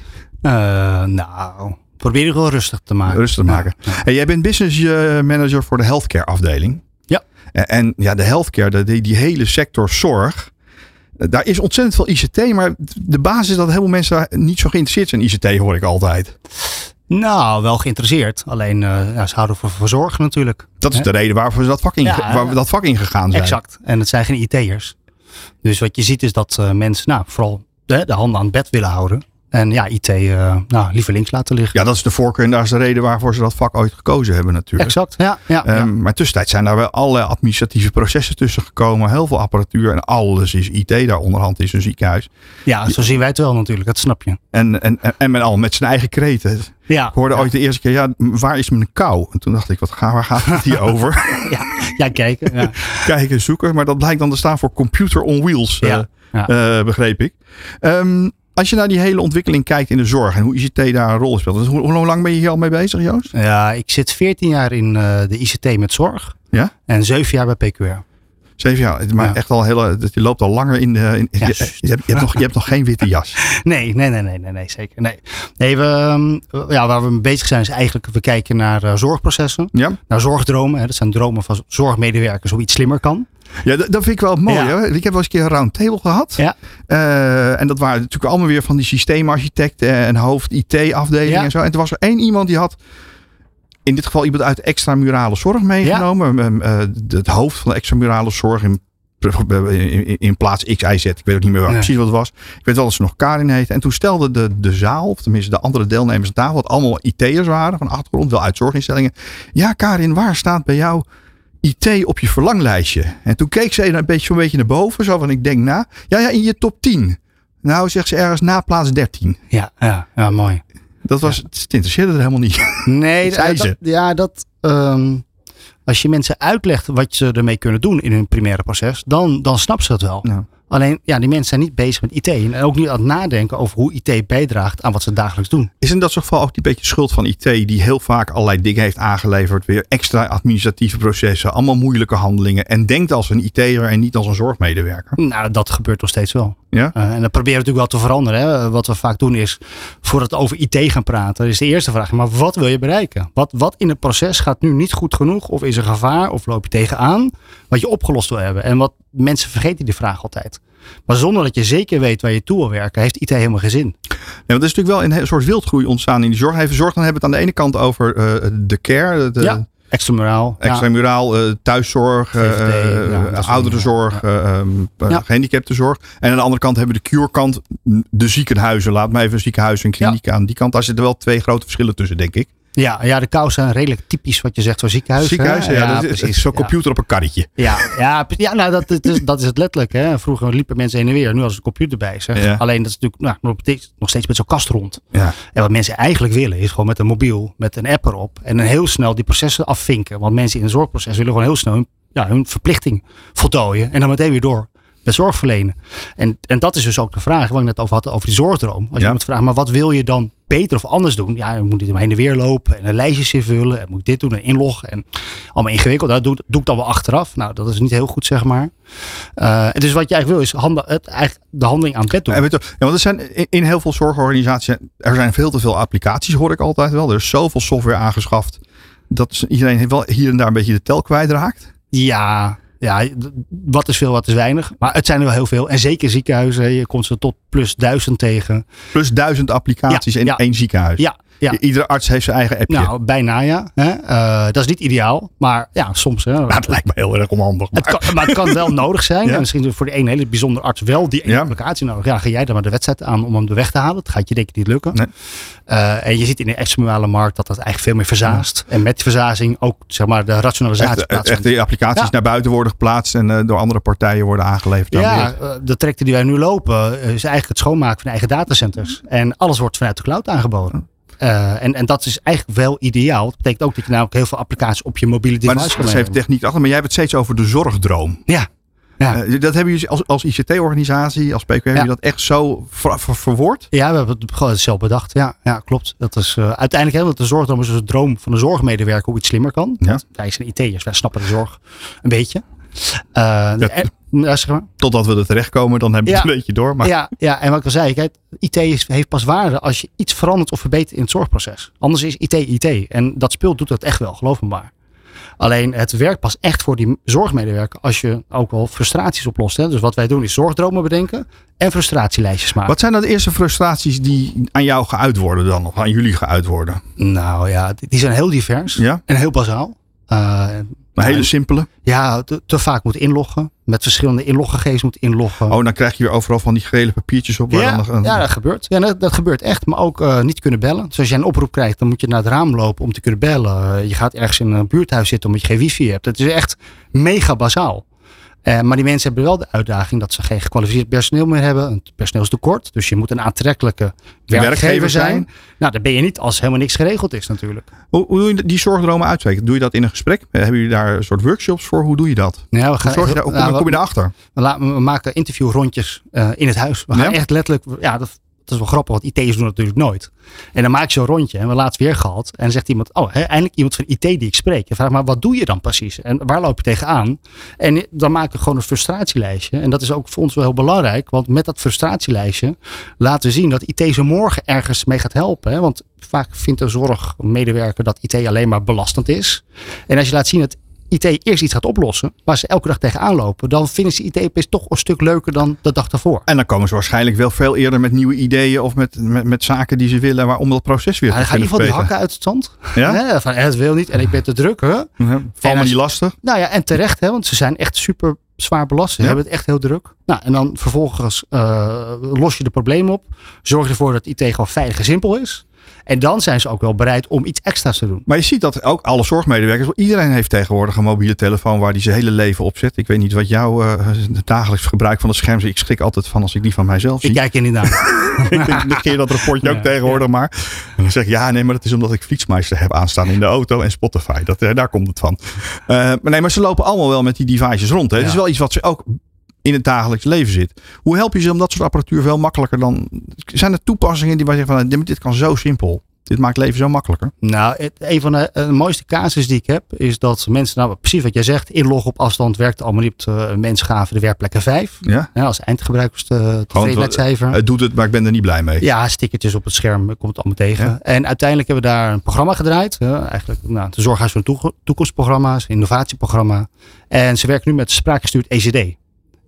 Probeer het wel rustig te maken. Rustig te maken. Ja. Hey, jij bent business manager voor de healthcare afdeling. Ja. En ja, de healthcare, die hele sector zorg. Daar is ontzettend veel ICT, maar de basis is dat heel veel mensen daar niet zo geïnteresseerd zijn in ICT, hoor ik altijd. Nou, wel geïnteresseerd. Alleen, ze houden voor zorg natuurlijk. Dat is de reden waarvoor ze waar we dat vak in gegaan zijn. Exact. En het zijn geen IT'ers. Dus wat je ziet is dat mensen vooral de handen aan het bed willen houden. En ja, IT liever links laten liggen. Ja, dat is de voorkeur en daar is de reden waarvoor ze dat vak ooit gekozen hebben natuurlijk. Exact, ja. Maar tussentijds zijn daar wel allerlei administratieve processen tussen gekomen. Heel veel apparatuur en alles is IT daar onderhand is een ziekenhuis. Ja, zo zien wij het wel natuurlijk, dat snap je. En met zijn eigen kreten. Ja, ik hoorde ooit de eerste keer, waar is mijn kou? En toen dacht ik, waar gaat het hier over? Kijken. Ja. Kijken, zoeken. Maar dat blijkt dan te staan voor Computer on Wheels, begreep ik. Als je naar die hele ontwikkeling kijkt in de zorg en hoe ICT daar een rol speelt. Dus hoe lang ben je hier al mee bezig, Joost? Ja, ik zit 14 jaar in de ICT met zorg. Ja? En 7 jaar bij PQR. 7 jaar, maar echt al je loopt al langer in de... Je hebt nog geen witte jas. Nee, zeker. Nee, waar we mee bezig zijn is eigenlijk, we kijken naar zorgprocessen. Ja? Naar zorgdromen. Hè. Dat zijn dromen van zorgmedewerkers hoe iets slimmer kan. Ja, dat vind ik wel mooi. Ja. Hè? Ik heb wel eens een keer een roundtable gehad. Ja. En dat waren natuurlijk allemaal weer van die systeemarchitecten en hoofd IT-afdelingen en zo. En toen was er één iemand die had in dit geval iemand uit de extramurale zorg meegenomen. Ja. Het hoofd van de extramurale zorg in plaats X, Y, Z. Ik weet ook niet meer precies wat het was. Ik weet wel dat ze nog Karin heette. En toen stelde de zaal, of tenminste de andere deelnemers aan tafel, wat allemaal IT'ers waren van achtergrond, wel uit zorginstellingen. Ja, Karin, waar staat bij jou IT op je verlanglijstje? En toen keek ze zo'n beetje naar boven, zo van ik denk na. Ja, in je top 10. Nou, zegt ze ergens na plaats 13. Ja, mooi. Dat was, het interesseerde er helemaal niet. Nee, als je mensen uitlegt wat ze ermee kunnen doen in hun primaire proces, dan snappen ze het wel. Ja. Alleen, die mensen zijn niet bezig met IT. En ook niet aan het nadenken over hoe IT bijdraagt aan wat ze dagelijks doen. Is in dat soort geval ook die beetje schuld van IT die heel vaak allerlei dingen heeft aangeleverd. Weer extra administratieve processen, allemaal moeilijke handelingen. En denkt als een IT'er en niet als een zorgmedewerker? Nou, dat gebeurt nog steeds wel. Ja? En dat proberen we natuurlijk wel te veranderen. Hè. Wat we vaak doen is, voordat we over IT gaan praten, is de eerste vraag, maar wat wil je bereiken? Wat in het proces gaat nu niet goed genoeg? Of is er gevaar? Of loop je tegenaan? Wat je opgelost wil hebben. En wat mensen vergeten die vraag altijd. Maar zonder dat je zeker weet waar je toe wil werken, heeft IT helemaal geen zin. Ja, want er is natuurlijk wel een soort wildgroei ontstaan in de zorg. Even zorg, dan hebben we het aan de ene kant over de care. Extramuraal, thuiszorg, ouderenzorg, gehandicaptenzorg. En aan de andere kant hebben we de cure-kant, de ziekenhuizen. Laat me even ziekenhuizen en klinieken aan die kant. Daar zitten wel 2 grote verschillen tussen, denk ik. Ja, de kous zijn redelijk typisch wat je zegt voor ziekenhuizen. Ziekenhuizen, dat is precies. Zo'n computer op een karretje. Nou, dat is het letterlijk. Hè. Vroeger liepen mensen heen en weer. Nu als een computer bij zich. Ja. Alleen dat is natuurlijk nog steeds met zo'n kast rond. Ja. En wat mensen eigenlijk willen is gewoon met een mobiel, met een app erop. En dan heel snel die processen afvinken. Want mensen in een zorgproces willen gewoon heel snel hun verplichting voltooien. En dan meteen weer door met zorg verlenen. En dat is dus ook de vraag waar ik net over had, over die zorgdroom. Als je iemand vraagt, maar wat wil je dan beter of anders doen? Ja, je moet dit heen en weer lopen en een lijstjes invullen. En moet dit doen en inloggen. En allemaal ingewikkeld. Dat doe ik dan wel achteraf. Nou, dat is niet heel goed, zeg maar. En dus wat je eigenlijk wil is de handeling aan bed doen. Ja, want er zijn in heel veel zorgorganisaties, er zijn veel te veel applicaties, hoor ik altijd wel. Er is zoveel software aangeschaft dat iedereen wel hier en daar een beetje de tel kwijtraakt. Ja, wat is veel, wat is weinig. Maar het zijn er wel heel veel. En zeker ziekenhuizen. Je komt ze tot plus 1000 tegen. Plus 1000 applicaties in één ziekenhuis. Ja. Iedere arts heeft zijn eigen appje. Nou, bijna ja. Dat is niet ideaal. Maar ja, soms. Het lijkt me heel erg onhandig. Maar het kan wel nodig zijn. En misschien voor de ene hele bijzondere arts wel die ene applicatie nodig. Ja, ga jij dan maar de wedstrijd aan om hem de weg te halen? Dat gaat je denk ik niet lukken. Nee. En je ziet in de extramurale markt dat eigenlijk veel meer verzaast. En met verzazing ook zeg maar de rationalisatie echt die applicaties naar buiten worden geplaatst en door andere partijen worden aangeleverd. De trajecten die wij nu lopen is eigenlijk het schoonmaken van eigen datacenters. En alles wordt vanuit de cloud aangeboden. En dat is eigenlijk wel ideaal. Dat betekent ook dat je nou ook heel veel applicaties op je mobiele device kan hebben. Maar heeft techniek achter. Maar jij hebt het steeds over de zorgdroom. Ja. Dat hebben jullie als ICT-organisatie, als PQ, hebben jullie dat echt zo verwoord? Ja, we hebben het gewoon zelf bedacht. Ja, klopt. Dat is uiteindelijk helemaal de zorgdroom is dus de droom van de zorgmedewerker hoe iets slimmer kan. Ja. Wij zijn IT'ers, wij snappen de zorg een beetje. Totdat we er terechtkomen, dan hebben we het een beetje door. Maar... Ja, en wat ik al zei, kijk, IT heeft pas waarde als je iets verandert of verbetert in het zorgproces. Anders is IT. En dat spul doet dat echt wel, geloof me maar. Alleen het werkt pas echt voor die zorgmedewerker als je ook wel frustraties oplost. Hè? Dus wat wij doen is zorgdromen bedenken en frustratielijstjes maken. Wat zijn dan de eerste frustraties die aan jou geuit worden dan? Of aan jullie geuit worden? Nou ja, die zijn heel divers en heel bazaal. Maar hele simpele? Ja, te vaak moet inloggen. Met verschillende inloggegevens moet inloggen. Oh, dan krijg je weer overal van die gele papiertjes op. Ja, dat gebeurt. Ja, dat gebeurt echt. Maar ook niet kunnen bellen. Dus als jij een oproep krijgt, dan moet je naar het raam lopen om te kunnen bellen. Je gaat ergens in een buurthuis zitten omdat je geen wifi hebt. Het is echt mega bazaal. Maar die mensen hebben wel de uitdaging dat ze geen gekwalificeerd personeel meer hebben. Een personeelstekort. Dus je moet een aantrekkelijke werkgever zijn. Nou, dat ben je niet als helemaal niks geregeld is natuurlijk. Hoe doe je die zorgdromen uitspreken? Doe je dat in een gesprek? Hebben jullie daar een soort workshops voor? Hoe doe je dat? Ja, hoe kom je daarachter? We maken interviewrondjes in het huis. We gaan echt letterlijk... Ja, dat is wel grappig, want IT'ers doen dat natuurlijk nooit. En dan maak je zo'n rondje en we laatst weer gehad. En dan zegt iemand, eindelijk iemand van IT die ik spreek. Je vraagt maar, wat doe je dan precies? En waar loop je tegenaan? En dan maken we gewoon een frustratielijstje. En dat is ook voor ons wel heel belangrijk. Want met dat frustratielijstje laten we zien dat IT ze morgen ergens mee gaat helpen. Hè? Want vaak vindt de zorgmedewerker dat IT alleen maar belastend is. En als je laat zien dat IT eerst iets gaat oplossen, waar ze elke dag tegenaan lopen, dan vinden ze IT opeens toch een stuk leuker dan de dag daarvoor. En dan komen ze waarschijnlijk wel veel eerder met nieuwe ideeën of met zaken die ze willen, waarom dat proces weer te gaan. Dan ga je in ieder geval die hakken uit het zand. Ja? Van het wil niet en ik ben te druk. Val me niet lastig. Nou ja, en terecht, want ze zijn echt super zwaar belast. Ze hebben het echt heel druk. Nou, en dan vervolgens los je de problemen op. Zorg ervoor dat IT gewoon veilig en simpel is. En dan zijn ze ook wel bereid om iets extra's te doen. Maar je ziet dat ook alle zorgmedewerkers, iedereen heeft tegenwoordig een mobiele telefoon waar die zijn hele leven op zet. Ik weet niet wat jouw dagelijks gebruik van het scherm is. Ik schrik altijd van als ik die van mijzelf zie. Ik kijk er niet naar. Ik negeer dat rapportje ook tegenwoordig maar. En dan zeg ik maar dat is omdat ik Flitsmeister heb aanstaan in de auto en Spotify. Daar komt het van. Maar ze lopen allemaal wel met die devices rond. Hè. Het is wel iets wat ze ook in het dagelijks leven zit. Hoe help je ze om dat soort apparatuur veel makkelijker dan... Zijn er toepassingen die wij zeggen van dit kan zo simpel. Dit maakt leven zo makkelijker. Nou, een van de mooiste casus die ik heb is dat mensen, precies wat jij zegt, inloggen op afstand werkt allemaal niet op mensen gaven de werkplekken 5. Ja? Als eindgebruikers tevredenheidscijfer. Het doet het, maar ik ben er niet blij mee. Ja, stickertjes op het scherm komt het allemaal tegen. Ja. En uiteindelijk hebben we daar een programma gedraaid. Eigenlijk de Zorghuis van de Toekomstprogramma's, innovatieprogramma. En ze werken nu met spraakgestuurd ECD.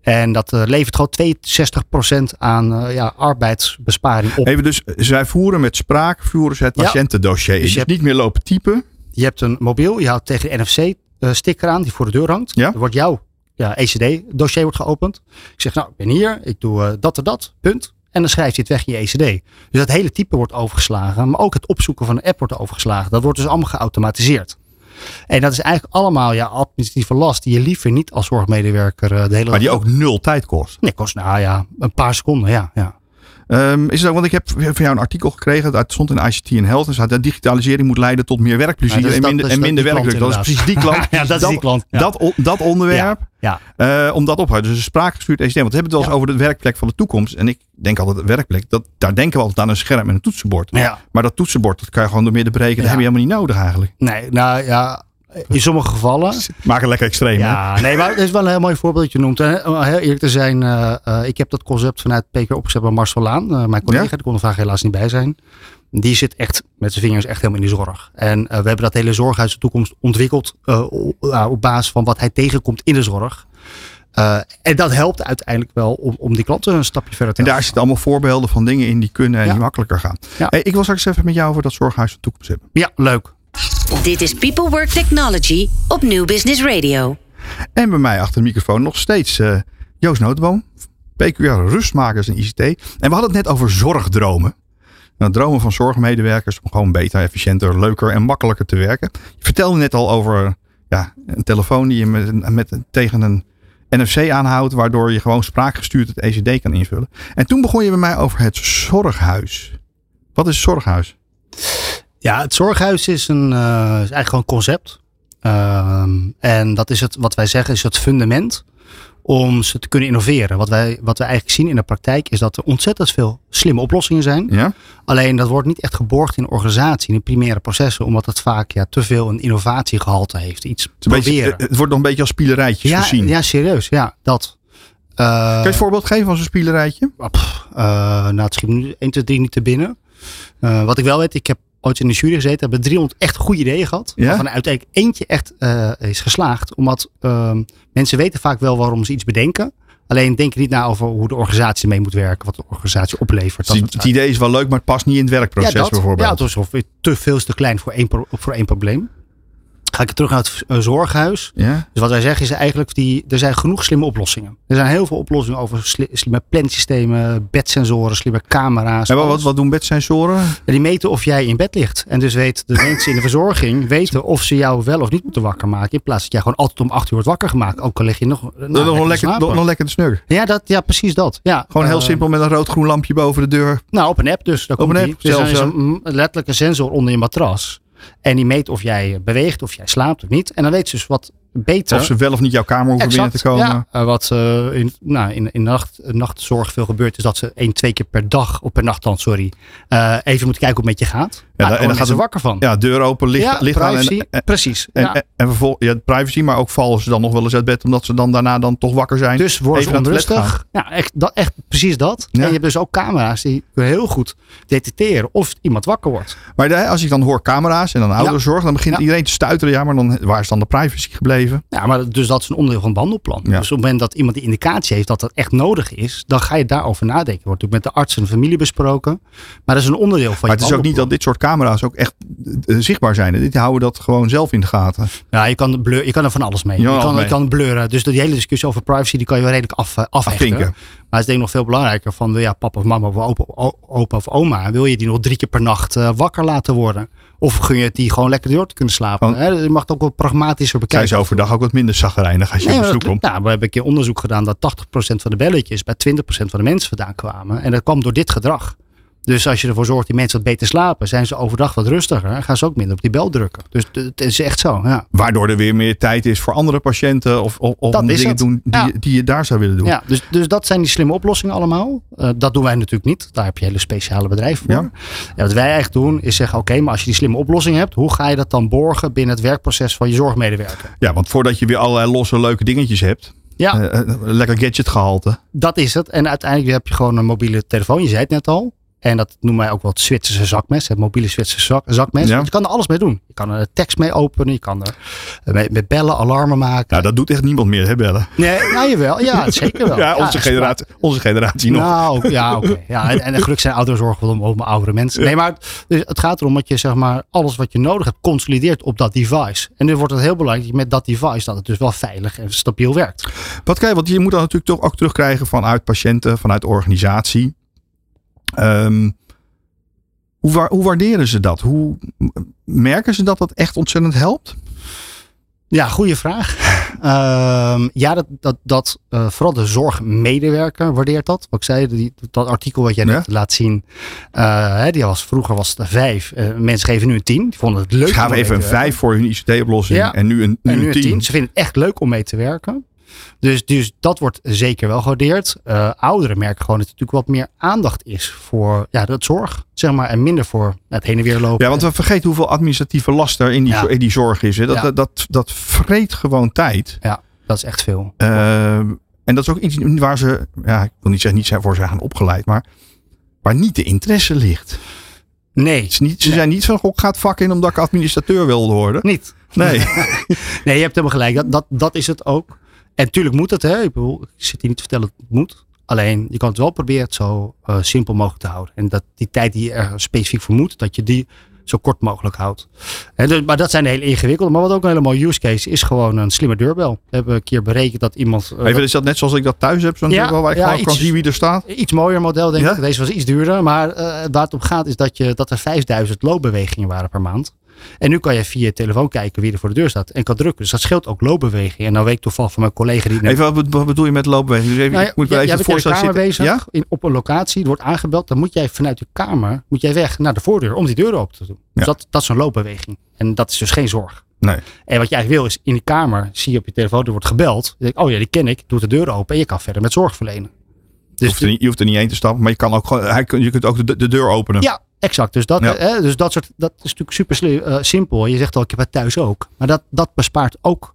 En dat levert gewoon 62% aan arbeidsbesparing op. Even dus, zij voeren met spraak het patiëntendossier. Dus je hebt niet meer lopen typen. Je hebt een mobiel, je houdt tegen de NFC-sticker aan die voor de deur hangt. Ja? Dan wordt jouw ECD-dossier wordt geopend. Ik zeg, ik ben hier, ik doe dat en dat, punt. En dan schrijf je het weg in je ECD. Dus dat hele type wordt overgeslagen. Maar ook het opzoeken van een app wordt overgeslagen. Dat wordt dus allemaal geautomatiseerd. En dat is eigenlijk allemaal administratieve last die je liever niet als zorgmedewerker de hele dag. Maar die ook 0 tijd kost. Nee, kost een paar seconden, ja. Is het ook, want ik heb van jou een artikel gekregen. Dat stond in ICT en Health. En staat dat digitalisering moet leiden tot meer werkplezier en minder werkdruk. Dat is precies die klant. Dat is die klant. Ja. Dat onderwerp. Ja. Om dat op te houden. Dus een spraakgestuurd ECD. Want we hebben het wel eens over de werkplek van de toekomst. En ik denk altijd werkplek. Daar denken we altijd aan een scherm en een toetsenbord. Ja. Maar dat toetsenbord dat kan je gewoon door midden breken. Dat heb je helemaal niet nodig eigenlijk. Nee, in sommige gevallen. Maak het lekker extreem. Ja, hè? Nee, maar het is wel een heel mooi voorbeeld dat je noemt. Om heel eerlijk te zijn, ik heb dat concept vanuit PK opgezet bij Marcel Laan. Mijn collega, die kon er vandaag helaas niet bij zijn. Die zit echt met zijn vingers echt helemaal in de zorg. En we hebben dat hele zorghuis de toekomst ontwikkeld op basis van wat hij tegenkomt in de zorg. En dat helpt uiteindelijk wel om die klanten een stapje verder te helpen. En daar zitten allemaal voorbeelden van dingen in die kunnen en die makkelijker gaan. Ja. Hey, ik wil straks even met jou over dat zorghuis de toekomst hebben. Ja, leuk. Dit is People Work Technology op Nieuw Business Radio. En bij mij achter de microfoon nog steeds Joost Notenboom, PQR Rustmakers en ICT. En we hadden het net over zorgdromen. Nou, dromen van zorgmedewerkers om gewoon beter, efficiënter, leuker en makkelijker te werken. Je vertelde net al over een telefoon die je tegen een NFC aanhoudt, waardoor je gewoon spraakgestuurd het ECD kan invullen. En toen begon je bij mij over het zorghuis. Wat is het zorghuis? Ja, het zorghuis is eigenlijk gewoon een concept. En dat is wat wij zeggen is het fundament om ze te kunnen innoveren. Wat wij eigenlijk zien in de praktijk is dat er ontzettend veel slimme oplossingen zijn. Ja? Alleen dat wordt niet echt geborgd in de organisatie, in de primaire processen, omdat het vaak te veel een innovatiegehalte heeft. Iets proberen. Het wordt nog een beetje als spielerijtjes gezien. Ja, serieus. Ja, dat. Kan je een voorbeeld geven van zo'n spielerijtje? Het schiet nu 1, 2, 3 niet te binnen. Wat ik wel weet, ik heb ooit in de jury gezeten, hebben 300 echt goede ideeën gehad. Ja? Waarvan uiteindelijk eentje echt is geslaagd. Omdat mensen weten vaak wel waarom ze iets bedenken. Alleen denken niet na over hoe de organisatie mee moet werken. Wat de organisatie oplevert. Dus het idee is wel leuk, maar het past niet in het werkproces bijvoorbeeld. Ja, het is te veel te klein voor één probleem. Ga ik terug naar het zorghuis. Ja? Dus wat wij zeggen is eigenlijk, er zijn genoeg slimme oplossingen. Er zijn heel veel oplossingen over slimme plansystemen, bedsensoren, slimme camera's. En wat doen bedsensoren? Die meten of jij in bed ligt. En dus weten de mensen in de verzorging weten of ze jou wel of niet moeten wakker maken. In plaats dat jij gewoon altijd om 8 uur wordt wakker gemaakt. Ook al lig je nog lekker te snurken. Ja, precies dat. Ja, gewoon heel simpel met een rood-groen lampje boven de deur. Nou, op een app dus. Op een app? Dus er is letterlijk een sensor onder je matras. En die meet of jij beweegt, of jij slaapt of niet. En dan weet ze dus wat beter. Of ze wel of niet jouw kamer hoeven binnen te komen. Ja, wat in nachtzorg veel gebeurt is dat ze 1-2 keer per dag, of per nacht dan, even moeten kijken hoe het met je gaat. Ja, en dan gaat ze wakker van. Ja, deur open, licht privacy, aan. Precies. En vervolgens privacy, maar ook vallen ze dan nog wel eens uit bed, omdat ze dan daarna dan toch wakker zijn. Dus worden ze onrustig. Ja, echt precies dat. Ja. En je hebt dus ook camera's die kunnen heel goed detecteren of iemand wakker wordt. Maar als ik dan hoor camera's en dan ouderenzorg, dan begint iedereen te stuiteren. Ja, maar dan, waar is dan de privacy gebleven? Ja, maar dus dat is een onderdeel van het behandelplan. Ja. Dus op het moment dat iemand die indicatie heeft dat dat echt nodig is, dan ga je daarover nadenken. Wordt natuurlijk met de arts en de familie besproken. Maar dat is een onderdeel van maar het is ook niet dat dit soort camera's ook echt zichtbaar zijn. Dit houden dat gewoon zelf in de gaten. Ja, je kan er van alles mee. Je kan blurren. Dus die hele discussie over privacy, die kan je wel redelijk afhechten. Maar het is denk ik nog veel belangrijker van papa of mama of opa of oma. Wil je die nog 3 keer per nacht wakker laten worden? Of gun je het die gewoon lekker door te kunnen slapen? Je mag het ook wel pragmatischer bekijken. Zij is overdag ook wat minder chagrijnig als je op bezoek komt. We hebben een keer onderzoek gedaan dat 80% van de belletjes bij 20% van de mensen vandaan kwamen. En dat kwam door dit gedrag. Dus als je ervoor zorgt dat die mensen wat beter slapen, zijn ze overdag wat rustiger en gaan ze ook minder op die bel drukken. Dus het is echt zo. Ja. Waardoor er weer meer tijd is voor andere patiënten of om dingen doen die je daar zou willen doen. Ja, dus dat zijn die slimme oplossingen allemaal. Dat doen wij natuurlijk niet. Daar heb je hele speciale bedrijven voor. Ja. Ja, wat wij eigenlijk doen is zeggen, oké, maar als je die slimme oplossing hebt, hoe ga je dat dan borgen binnen het werkproces van je zorgmedewerker? Ja, want voordat je weer allerlei losse leuke dingetjes hebt. Ja. Lekker gadgetgehalte. Dat is het. En uiteindelijk heb je gewoon een mobiele telefoon. Je zei het net al. En dat noemen wij ook wel het Zwitserse zakmes. Het mobiele Zwitserse zakmes. Ja. Je kan er alles mee doen. Je kan er tekst mee openen. Je kan er met bellen, alarmen maken. Nou, dat doet echt niemand meer, hè, bellen? Nee, nou jawel. Ja, zeker wel. Ja, onze generatie nog. Nou, ja, oké. Ja, en gelukkig zijn ouderenzorg wel om oudere mensen. Nee, maar dus het gaat erom dat je zeg maar alles wat je nodig hebt consolideert op dat device. En nu wordt het heel belangrijk met dat device dat het dus wel veilig en stabiel werkt. Want je moet dat natuurlijk toch ook terugkrijgen vanuit patiënten, vanuit de organisatie. Hoe waarderen ze dat? Hoe merken ze dat echt ontzettend helpt? Ja, goede vraag. Vooral de zorgmedewerker waardeert dat. Wat ik zei, dat artikel wat jij net laat zien. Vroeger was het 5. Mensen geven nu een 10. Die vonden het leuk. Ze gaven even een 5 voor hun ICT-oplossing. Ja. En nu een 10. Ze vinden het echt leuk om mee te werken. Dus dat wordt zeker wel gewaardeerd. Ouderen merken gewoon dat er natuurlijk wat meer aandacht is voor dat zorg. Zeg maar, en minder voor het heen en weer lopen. Ja, want we vergeten hoeveel administratieve last er in die zorg is. Hè. Dat vreet gewoon tijd. Ja, dat is echt veel. En dat is ook iets waar ze, ik wil niet zeggen, niet voor zijn gaan opgeleid, maar waar niet de interesse ligt. Nee. Ze zijn niet van, ik ga het vak in omdat ik administrateur wilde worden. Niet. Nee. Nee, je hebt helemaal gelijk. Dat is het ook. En natuurlijk moet het. Hè? Ik zit hier niet te vertellen dat het moet. Alleen, je kan het wel proberen het zo simpel mogelijk te houden. En dat die tijd die je er specifiek voor moet, dat je die zo kort mogelijk houdt. Maar dat zijn hele ingewikkelde. Maar wat ook een hele mooie use case is gewoon een slimme deurbel. We hebben een keer berekend dat iemand... is dat net zoals ik dat thuis heb? Zo'n deurbel waar ik gewoon kan zien wie er staat? Iets mooier model denk ik. Deze was iets duurder. Maar waar het om gaat is dat er 5000 loopbewegingen waren per maand. En nu kan je via je telefoon kijken wie er voor de deur staat en kan drukken. Dus dat scheelt ook loopbeweging. En nou weet ik toevallig van mijn collega die... Even, wat bedoel je met loopbeweging? Dus even, je bent in de kamer bezig, op een locatie, er wordt aangebeld. Dan moet jij vanuit je kamer weg naar de voordeur om die deur open te doen. Dus dat is een loopbeweging. En dat is dus geen zorg. Nee. En wat je eigenlijk wil is, in die kamer zie je op je telefoon, er wordt gebeld. Dan denk ik, die ken ik, doe de deur open en je kan verder met zorg verlenen. Dus je hoeft er niet heen te stappen, maar je kan ook gewoon, je kunt ook de deur openen. Ja, exact. Dus dat is natuurlijk super simpel. Je zegt al, ik heb het thuis ook. Maar dat bespaart ook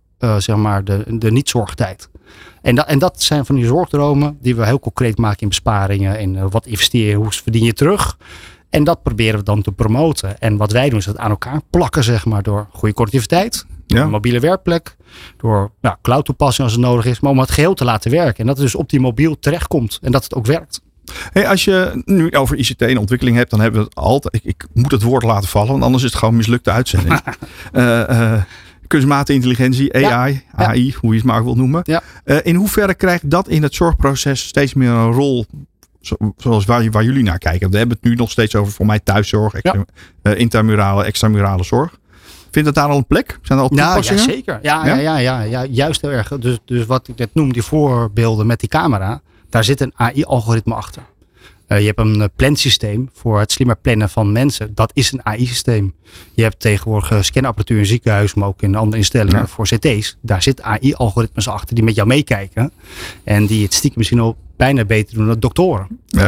de niet-zorgtijd. En dat zijn van die zorgdromen die we heel concreet maken in besparingen. En wat investeren, hoe verdien je terug. En dat proberen we dan te promoten. En wat wij doen is dat aan elkaar plakken, door goede connectiviteit. Door een mobiele werkplek. Door cloud toepassing als het nodig is. Maar om het geheel te laten werken. En dat het dus op die mobiel terechtkomt. En dat het ook werkt. Hey, als je nu over ICT en ontwikkeling hebt, dan hebben we het altijd... Ik moet het woord laten vallen, want anders is het gewoon mislukte uitzending. Kunstmatige intelligentie, AI, hoe je het maar wilt noemen. Ja. In hoeverre krijgt dat in het zorgproces steeds meer een rol... Zoals waar jullie naar kijken? We hebben het nu nog steeds over voor mij thuiszorg, intramurale, extramurale zorg. Vindt dat daar al een plek? Zijn er al toepassingen? Ja, zeker. Ja, juist heel erg. Dus wat ik net noem, die voorbeelden met die camera, daar zit een AI-algoritme achter. Je hebt een plansysteem voor het slimmer plannen van mensen. Dat is een AI-systeem. Je hebt tegenwoordig scanapparatuur in ziekenhuizen, maar ook in andere instellingen voor CT's. Daar zitten AI-algoritmes achter die met jou meekijken. En die het stiekem misschien al bijna beter doen dan doktoren.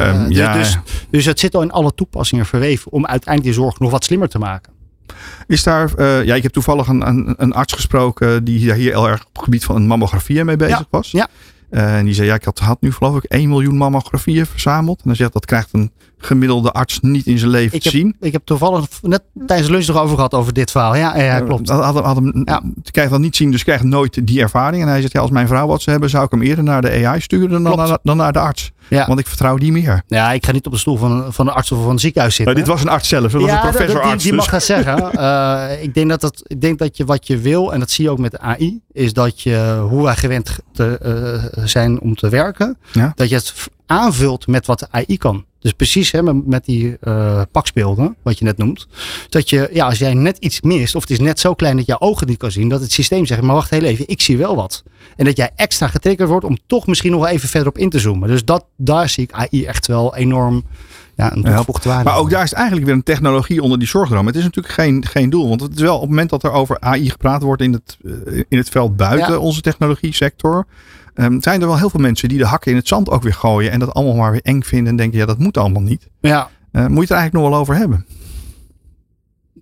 Dus het zit al in alle toepassingen verweven om uiteindelijk die zorg nog wat slimmer te maken. Is daar, ik heb toevallig een arts gesproken die hier heel erg op het gebied van een mammografie mee bezig was. Ja. En die zei, ik had nu geloof ik 1 miljoen mammografieën verzameld. En dan zegt dat krijgt een gemiddelde arts niet in zijn leven te zien. Ik heb toevallig net tijdens de lunch nog over gehad over dit verhaal. Ja, klopt. Krijgt dat niet zien, dus krijgt nooit die ervaring. En hij zegt, als mijn vrouw wat ze hebben, zou ik hem eerder naar de AI sturen dan naar de arts. Ja. Want ik vertrouw die meer. Ja, ik ga niet op de stoel van een arts of van een ziekenhuis zitten. Dit was een arts zelf. Dat was een professor-arts. Die mag gaan zeggen. Ik denk dat je wat je wil, en dat zie je ook met de AI, is dat je, hoe wij gewend zijn om te werken, dat je het aanvult met wat de AI kan. Dus precies met die pakbeelden, wat je net noemt. Dat je, als jij net iets mist, of het is net zo klein dat jouw ogen niet kan zien, dat het systeem zegt, maar wacht heel even, ik zie wel wat. En dat jij extra getriggerd wordt om toch misschien nog wel even verder op in te zoomen. Dus daar zie ik AI echt wel enorm een toegevoegde waarde. Maar ook daar is eigenlijk weer een technologie onder die zorgdroom. Het is natuurlijk geen doel. Want het is wel op het moment dat er over AI gepraat wordt in het veld buiten onze technologie sector. Zijn er wel heel veel mensen die de hakken in het zand ook weer gooien. En dat allemaal maar weer eng vinden. En denken, dat moet allemaal niet. Ja. Moet je het er eigenlijk nog wel over hebben?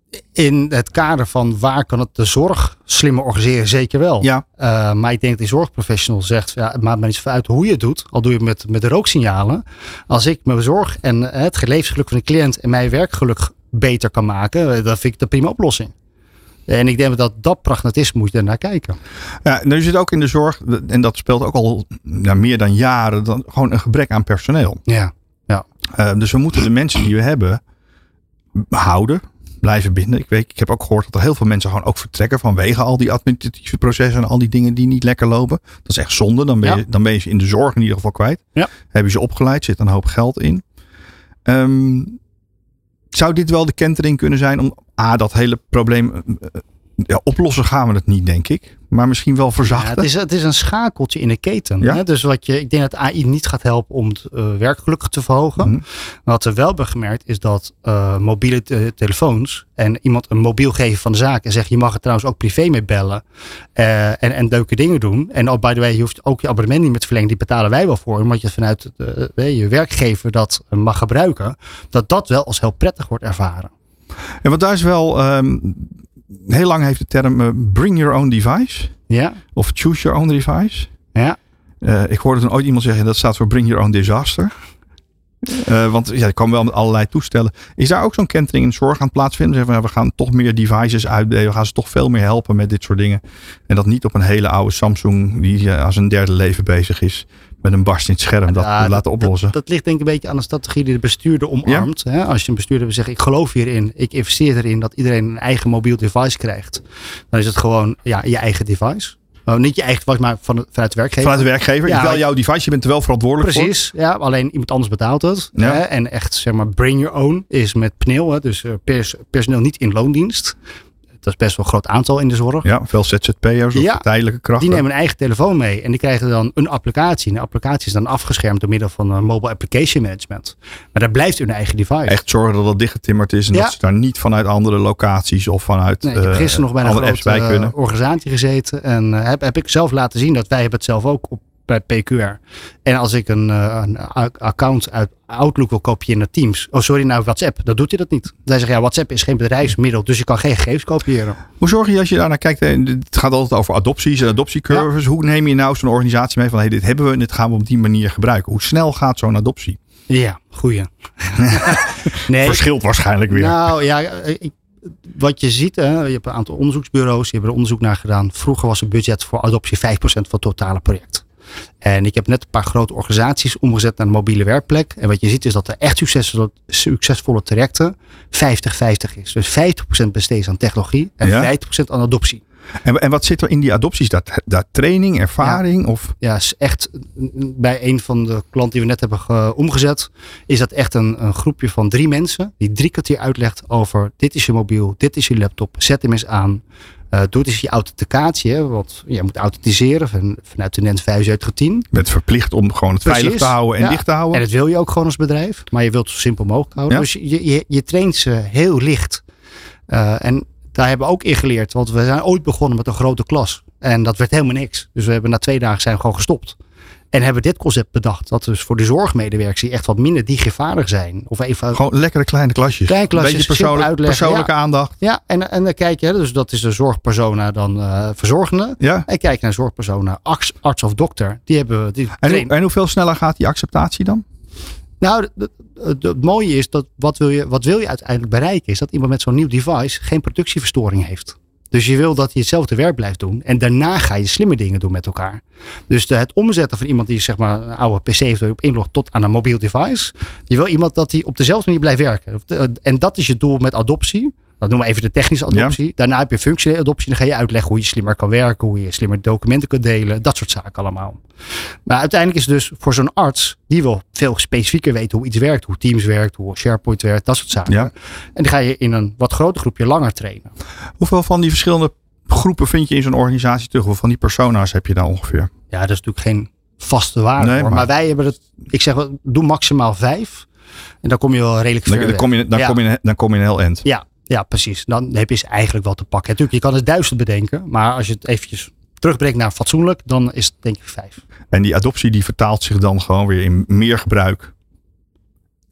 In het kader van waar kan het de zorg slimmer organiseren, zeker wel. Ja. Maar ik denk dat die zorgprofessional zegt, het maakt me niet zo uit hoe je het doet. Al doe je het met de rooksignalen. Als ik mijn zorg en het levensgeluk van de cliënt en mijn werkgeluk beter kan maken, dan vind ik de prima oplossing. En ik denk dat pragmatisme moet je naar kijken. Ja, nu zit ook in de zorg, en dat speelt ook al meer dan jaren, dan gewoon een gebrek aan personeel. Ja. Dus we moeten de mensen die we hebben houden, blijven binden. Ik heb ook gehoord dat er heel veel mensen gewoon ook vertrekken vanwege al die administratieve processen en al die dingen die niet lekker lopen. Dat is echt zonde. Dan ben je ze in de zorg in ieder geval kwijt. Ja. Heb je ze opgeleid, zit een hoop geld in. Zou dit wel de kentering kunnen zijn om dat hele probleem oplossen gaan we het niet, denk ik. Maar misschien wel verzachten. Ja, het is een schakeltje in de keten. Ja? Hè? Dus ik denk dat AI niet gaat helpen om het werkgeluk te verhogen. Maar wat we wel hebben gemerkt is dat mobiele telefoons en iemand een mobiel geven van de zaak en zegt je mag er trouwens ook privé mee bellen en leuke dingen doen. En by the way, je hoeft ook je abonnement niet meer te verlengen. Die betalen wij wel voor. Omdat je vanuit je werkgever dat mag gebruiken. Dat wel als heel prettig wordt ervaren. En wat daar is wel... heel lang heeft de term bring your own device. Ja. Of choose your own device. Ja. Ik hoorde toen ooit iemand zeggen dat staat voor bring your own disaster. Want er kwam wel met allerlei toestellen. Is daar ook zo'n kentering in de zorg aan het plaatsvinden? Zeggen we gaan toch meer devices uitdelen. We gaan ze toch veel meer helpen met dit soort dingen. En dat niet op een hele oude Samsung die als een derde leven bezig is. Met een barstend scherm dat laten oplossen. Dat ligt denk ik een beetje aan de strategie die de bestuurder omarmt. Ja? Als je een bestuurder zegt ik geloof hierin. Ik investeer erin dat iedereen een eigen mobiel device krijgt. Dan is het gewoon je eigen device. Niet je eigen device, maar vanuit de werkgever. Vanuit de werkgever. Ja, wel jouw device. Je bent er wel verantwoordelijk voor. Precies. Ja, alleen iemand anders betaalt het. Ja. Hè? En echt zeg maar bring your own is met PNIL. Dus personeel niet in loondienst. Dat is best wel een groot aantal in de zorg. Ja, veel ZZP'ers of tijdelijke krachten. Die nemen een eigen telefoon mee. En die krijgen dan een applicatie. En de applicatie is dan afgeschermd door middel van mobile application management. Maar dat blijft hun eigen device. Echt zorgen dat dat dichtgetimmerd is. En dat ze daar niet vanuit andere locaties of vanuit ik heb gisteren nog bij een grote organisatie gezeten. En heb ik zelf laten zien dat wij hebben het zelf ook op bij PQR. En als ik een account uit Outlook wil kopiëren naar Teams. Nou WhatsApp. Dan doet hij dat niet. Zij zeggen WhatsApp is geen bedrijfsmiddel. Dus je kan geen gegevens kopiëren. Hoe zorg je als je daar naar kijkt? Het gaat altijd over adopties en adoptiecurves. Ja. Hoe neem je nou zo'n organisatie mee van dit hebben we en dit gaan we op die manier gebruiken? Hoe snel gaat zo'n adoptie? Ja, goeie. Verschilt waarschijnlijk weer. Nou ja, wat je ziet, je hebt een aantal onderzoeksbureaus. Die hebben er onderzoek naar gedaan. Vroeger was het budget voor adoptie 5% van het totale project. En ik heb net een paar grote organisaties omgezet naar een mobiele werkplek. En wat je ziet is dat er echt succesvolle trajecten 50-50 is. Dus 50% besteed aan technologie en 50% aan adoptie. En wat zit er in die adopties? Dat training, ervaring? Ja, is echt bij een van de klanten die we net hebben omgezet, is dat echt een groepje van 3 mensen die 3 kwartier uitlegt over dit is je mobiel, dit is je laptop, zet hem eens aan. Doe dus je authenticatie, want je moet authenticeren vanuit de NEN 57010. Je bent verplicht om gewoon het veilig te houden en dicht te houden. En dat wil je ook gewoon als bedrijf, maar je wilt het zo simpel mogelijk houden. Ja. Dus je traint ze heel licht. En daar hebben we ook in geleerd, want we zijn ooit begonnen met een grote klas. En dat werd helemaal niks. Dus we hebben na 2 dagen zijn we gewoon gestopt. En hebben dit concept bedacht. Dat dus voor de zorgmedewerkers die echt wat minder digivaardig zijn. Of even gewoon lekkere kleine klasjes. Kleine klasjes. Beetje persoonlijke aandacht. Ja, en dan kijk je. Dus dat is de zorgpersona dan verzorgende. Ja. En kijk naar zorgpersona arts of dokter. En hoeveel sneller gaat die acceptatie dan? Nou, het mooie is dat wat wil je uiteindelijk bereiken? Is dat iemand met zo'n nieuw device geen productieverstoring heeft. Dus je wil dat hij hetzelfde werk blijft doen. En daarna ga je slimme dingen doen met elkaar. Dus het omzetten van iemand die zeg maar een oude PC heeft op inlog tot aan een mobiel device. Je wil iemand dat hij op dezelfde manier blijft werken. En dat is je doel met adoptie. Dat noemen we even de technische adoptie. Ja. Daarna heb je functionele adoptie. Dan ga je uitleggen hoe je slimmer kan werken. Hoe je slimmer documenten kunt delen. Dat soort zaken allemaal. Maar uiteindelijk is het dus voor zo'n arts. Die wil veel specifieker weten hoe iets werkt. Hoe Teams werkt. Hoe SharePoint werkt. Dat soort zaken. Ja. En dan ga je in een wat groter groepje langer trainen. Hoeveel van die verschillende groepen vind je in zo'n organisatie terug? Hoeveel van die persona's heb je dan ongeveer? Ja, dat is natuurlijk geen vaste waarde. Nee, maar wij hebben het. Ik zeg, doe maximaal 5. En dan kom je wel redelijk ver. Dan kom je een heel eind. Ja, precies. Dan heb je ze eigenlijk wel te pakken. Natuurlijk, je kan het 1000 bedenken. Maar als je het eventjes terugbrengt naar fatsoenlijk, dan is het denk ik 5. En die adoptie die vertaalt zich dan gewoon weer in meer gebruik.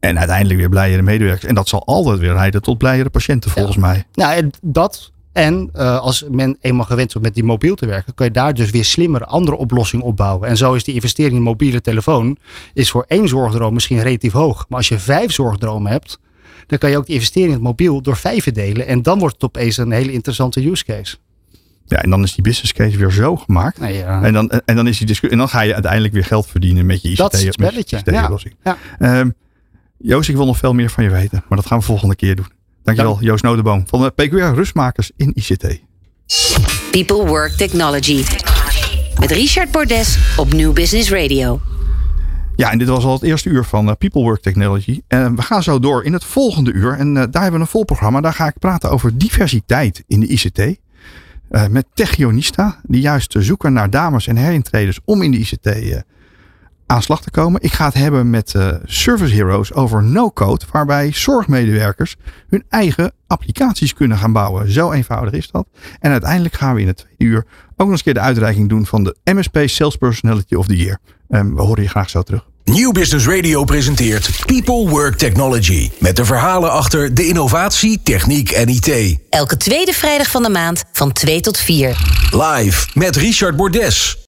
En uiteindelijk weer blijere medewerkers. En dat zal altijd weer leiden tot blijere patiënten volgens mij. Nou, dat. En als men eenmaal gewend is om met die mobiel te werken, kan je daar dus weer slimmer andere oplossingen opbouwen. En zo is die investering in een mobiele telefoon is voor 1 zorgdroom misschien relatief hoog. Maar als je 5 zorgdromen hebt, dan kan je ook die investering in het mobiel door 5 verdelen. En dan wordt het opeens een hele interessante use case. Ja, en dan is die business case weer zo gemaakt. Ja. En dan is die discussie. En dan ga je uiteindelijk weer geld verdienen met je ICT. Dat is het spelletje. Ja. Joost, ik wil nog veel meer van je weten. Maar dat gaan we volgende keer doen. Dankjewel, Joost Notenboom van de PQR Rustmakers in ICT. People Work Technology. Met Richard Bordes op New Business Radio. Ja, en dit was al het eerste uur van People Work Technology. En we gaan zo door in het volgende uur. En daar hebben we een vol programma. Daar ga ik praten over diversiteit in de ICT. Met Techionista, die juist zoeken naar dames en herintreders om in de ICT aan slag te komen. Ik ga het hebben met Service Heroes over no-code, waarbij zorgmedewerkers hun eigen applicaties kunnen gaan bouwen. Zo eenvoudig is dat. En uiteindelijk gaan we in het tweede uur ook nog eens een keer de uitreiking doen van de MSP Sales Personality of the Year. We horen je graag zo terug. New Business Radio presenteert People Work Technology. Met de verhalen achter de innovatie, techniek en IT. Elke tweede vrijdag van de maand van 2 tot 4. Live met Richard Bordes.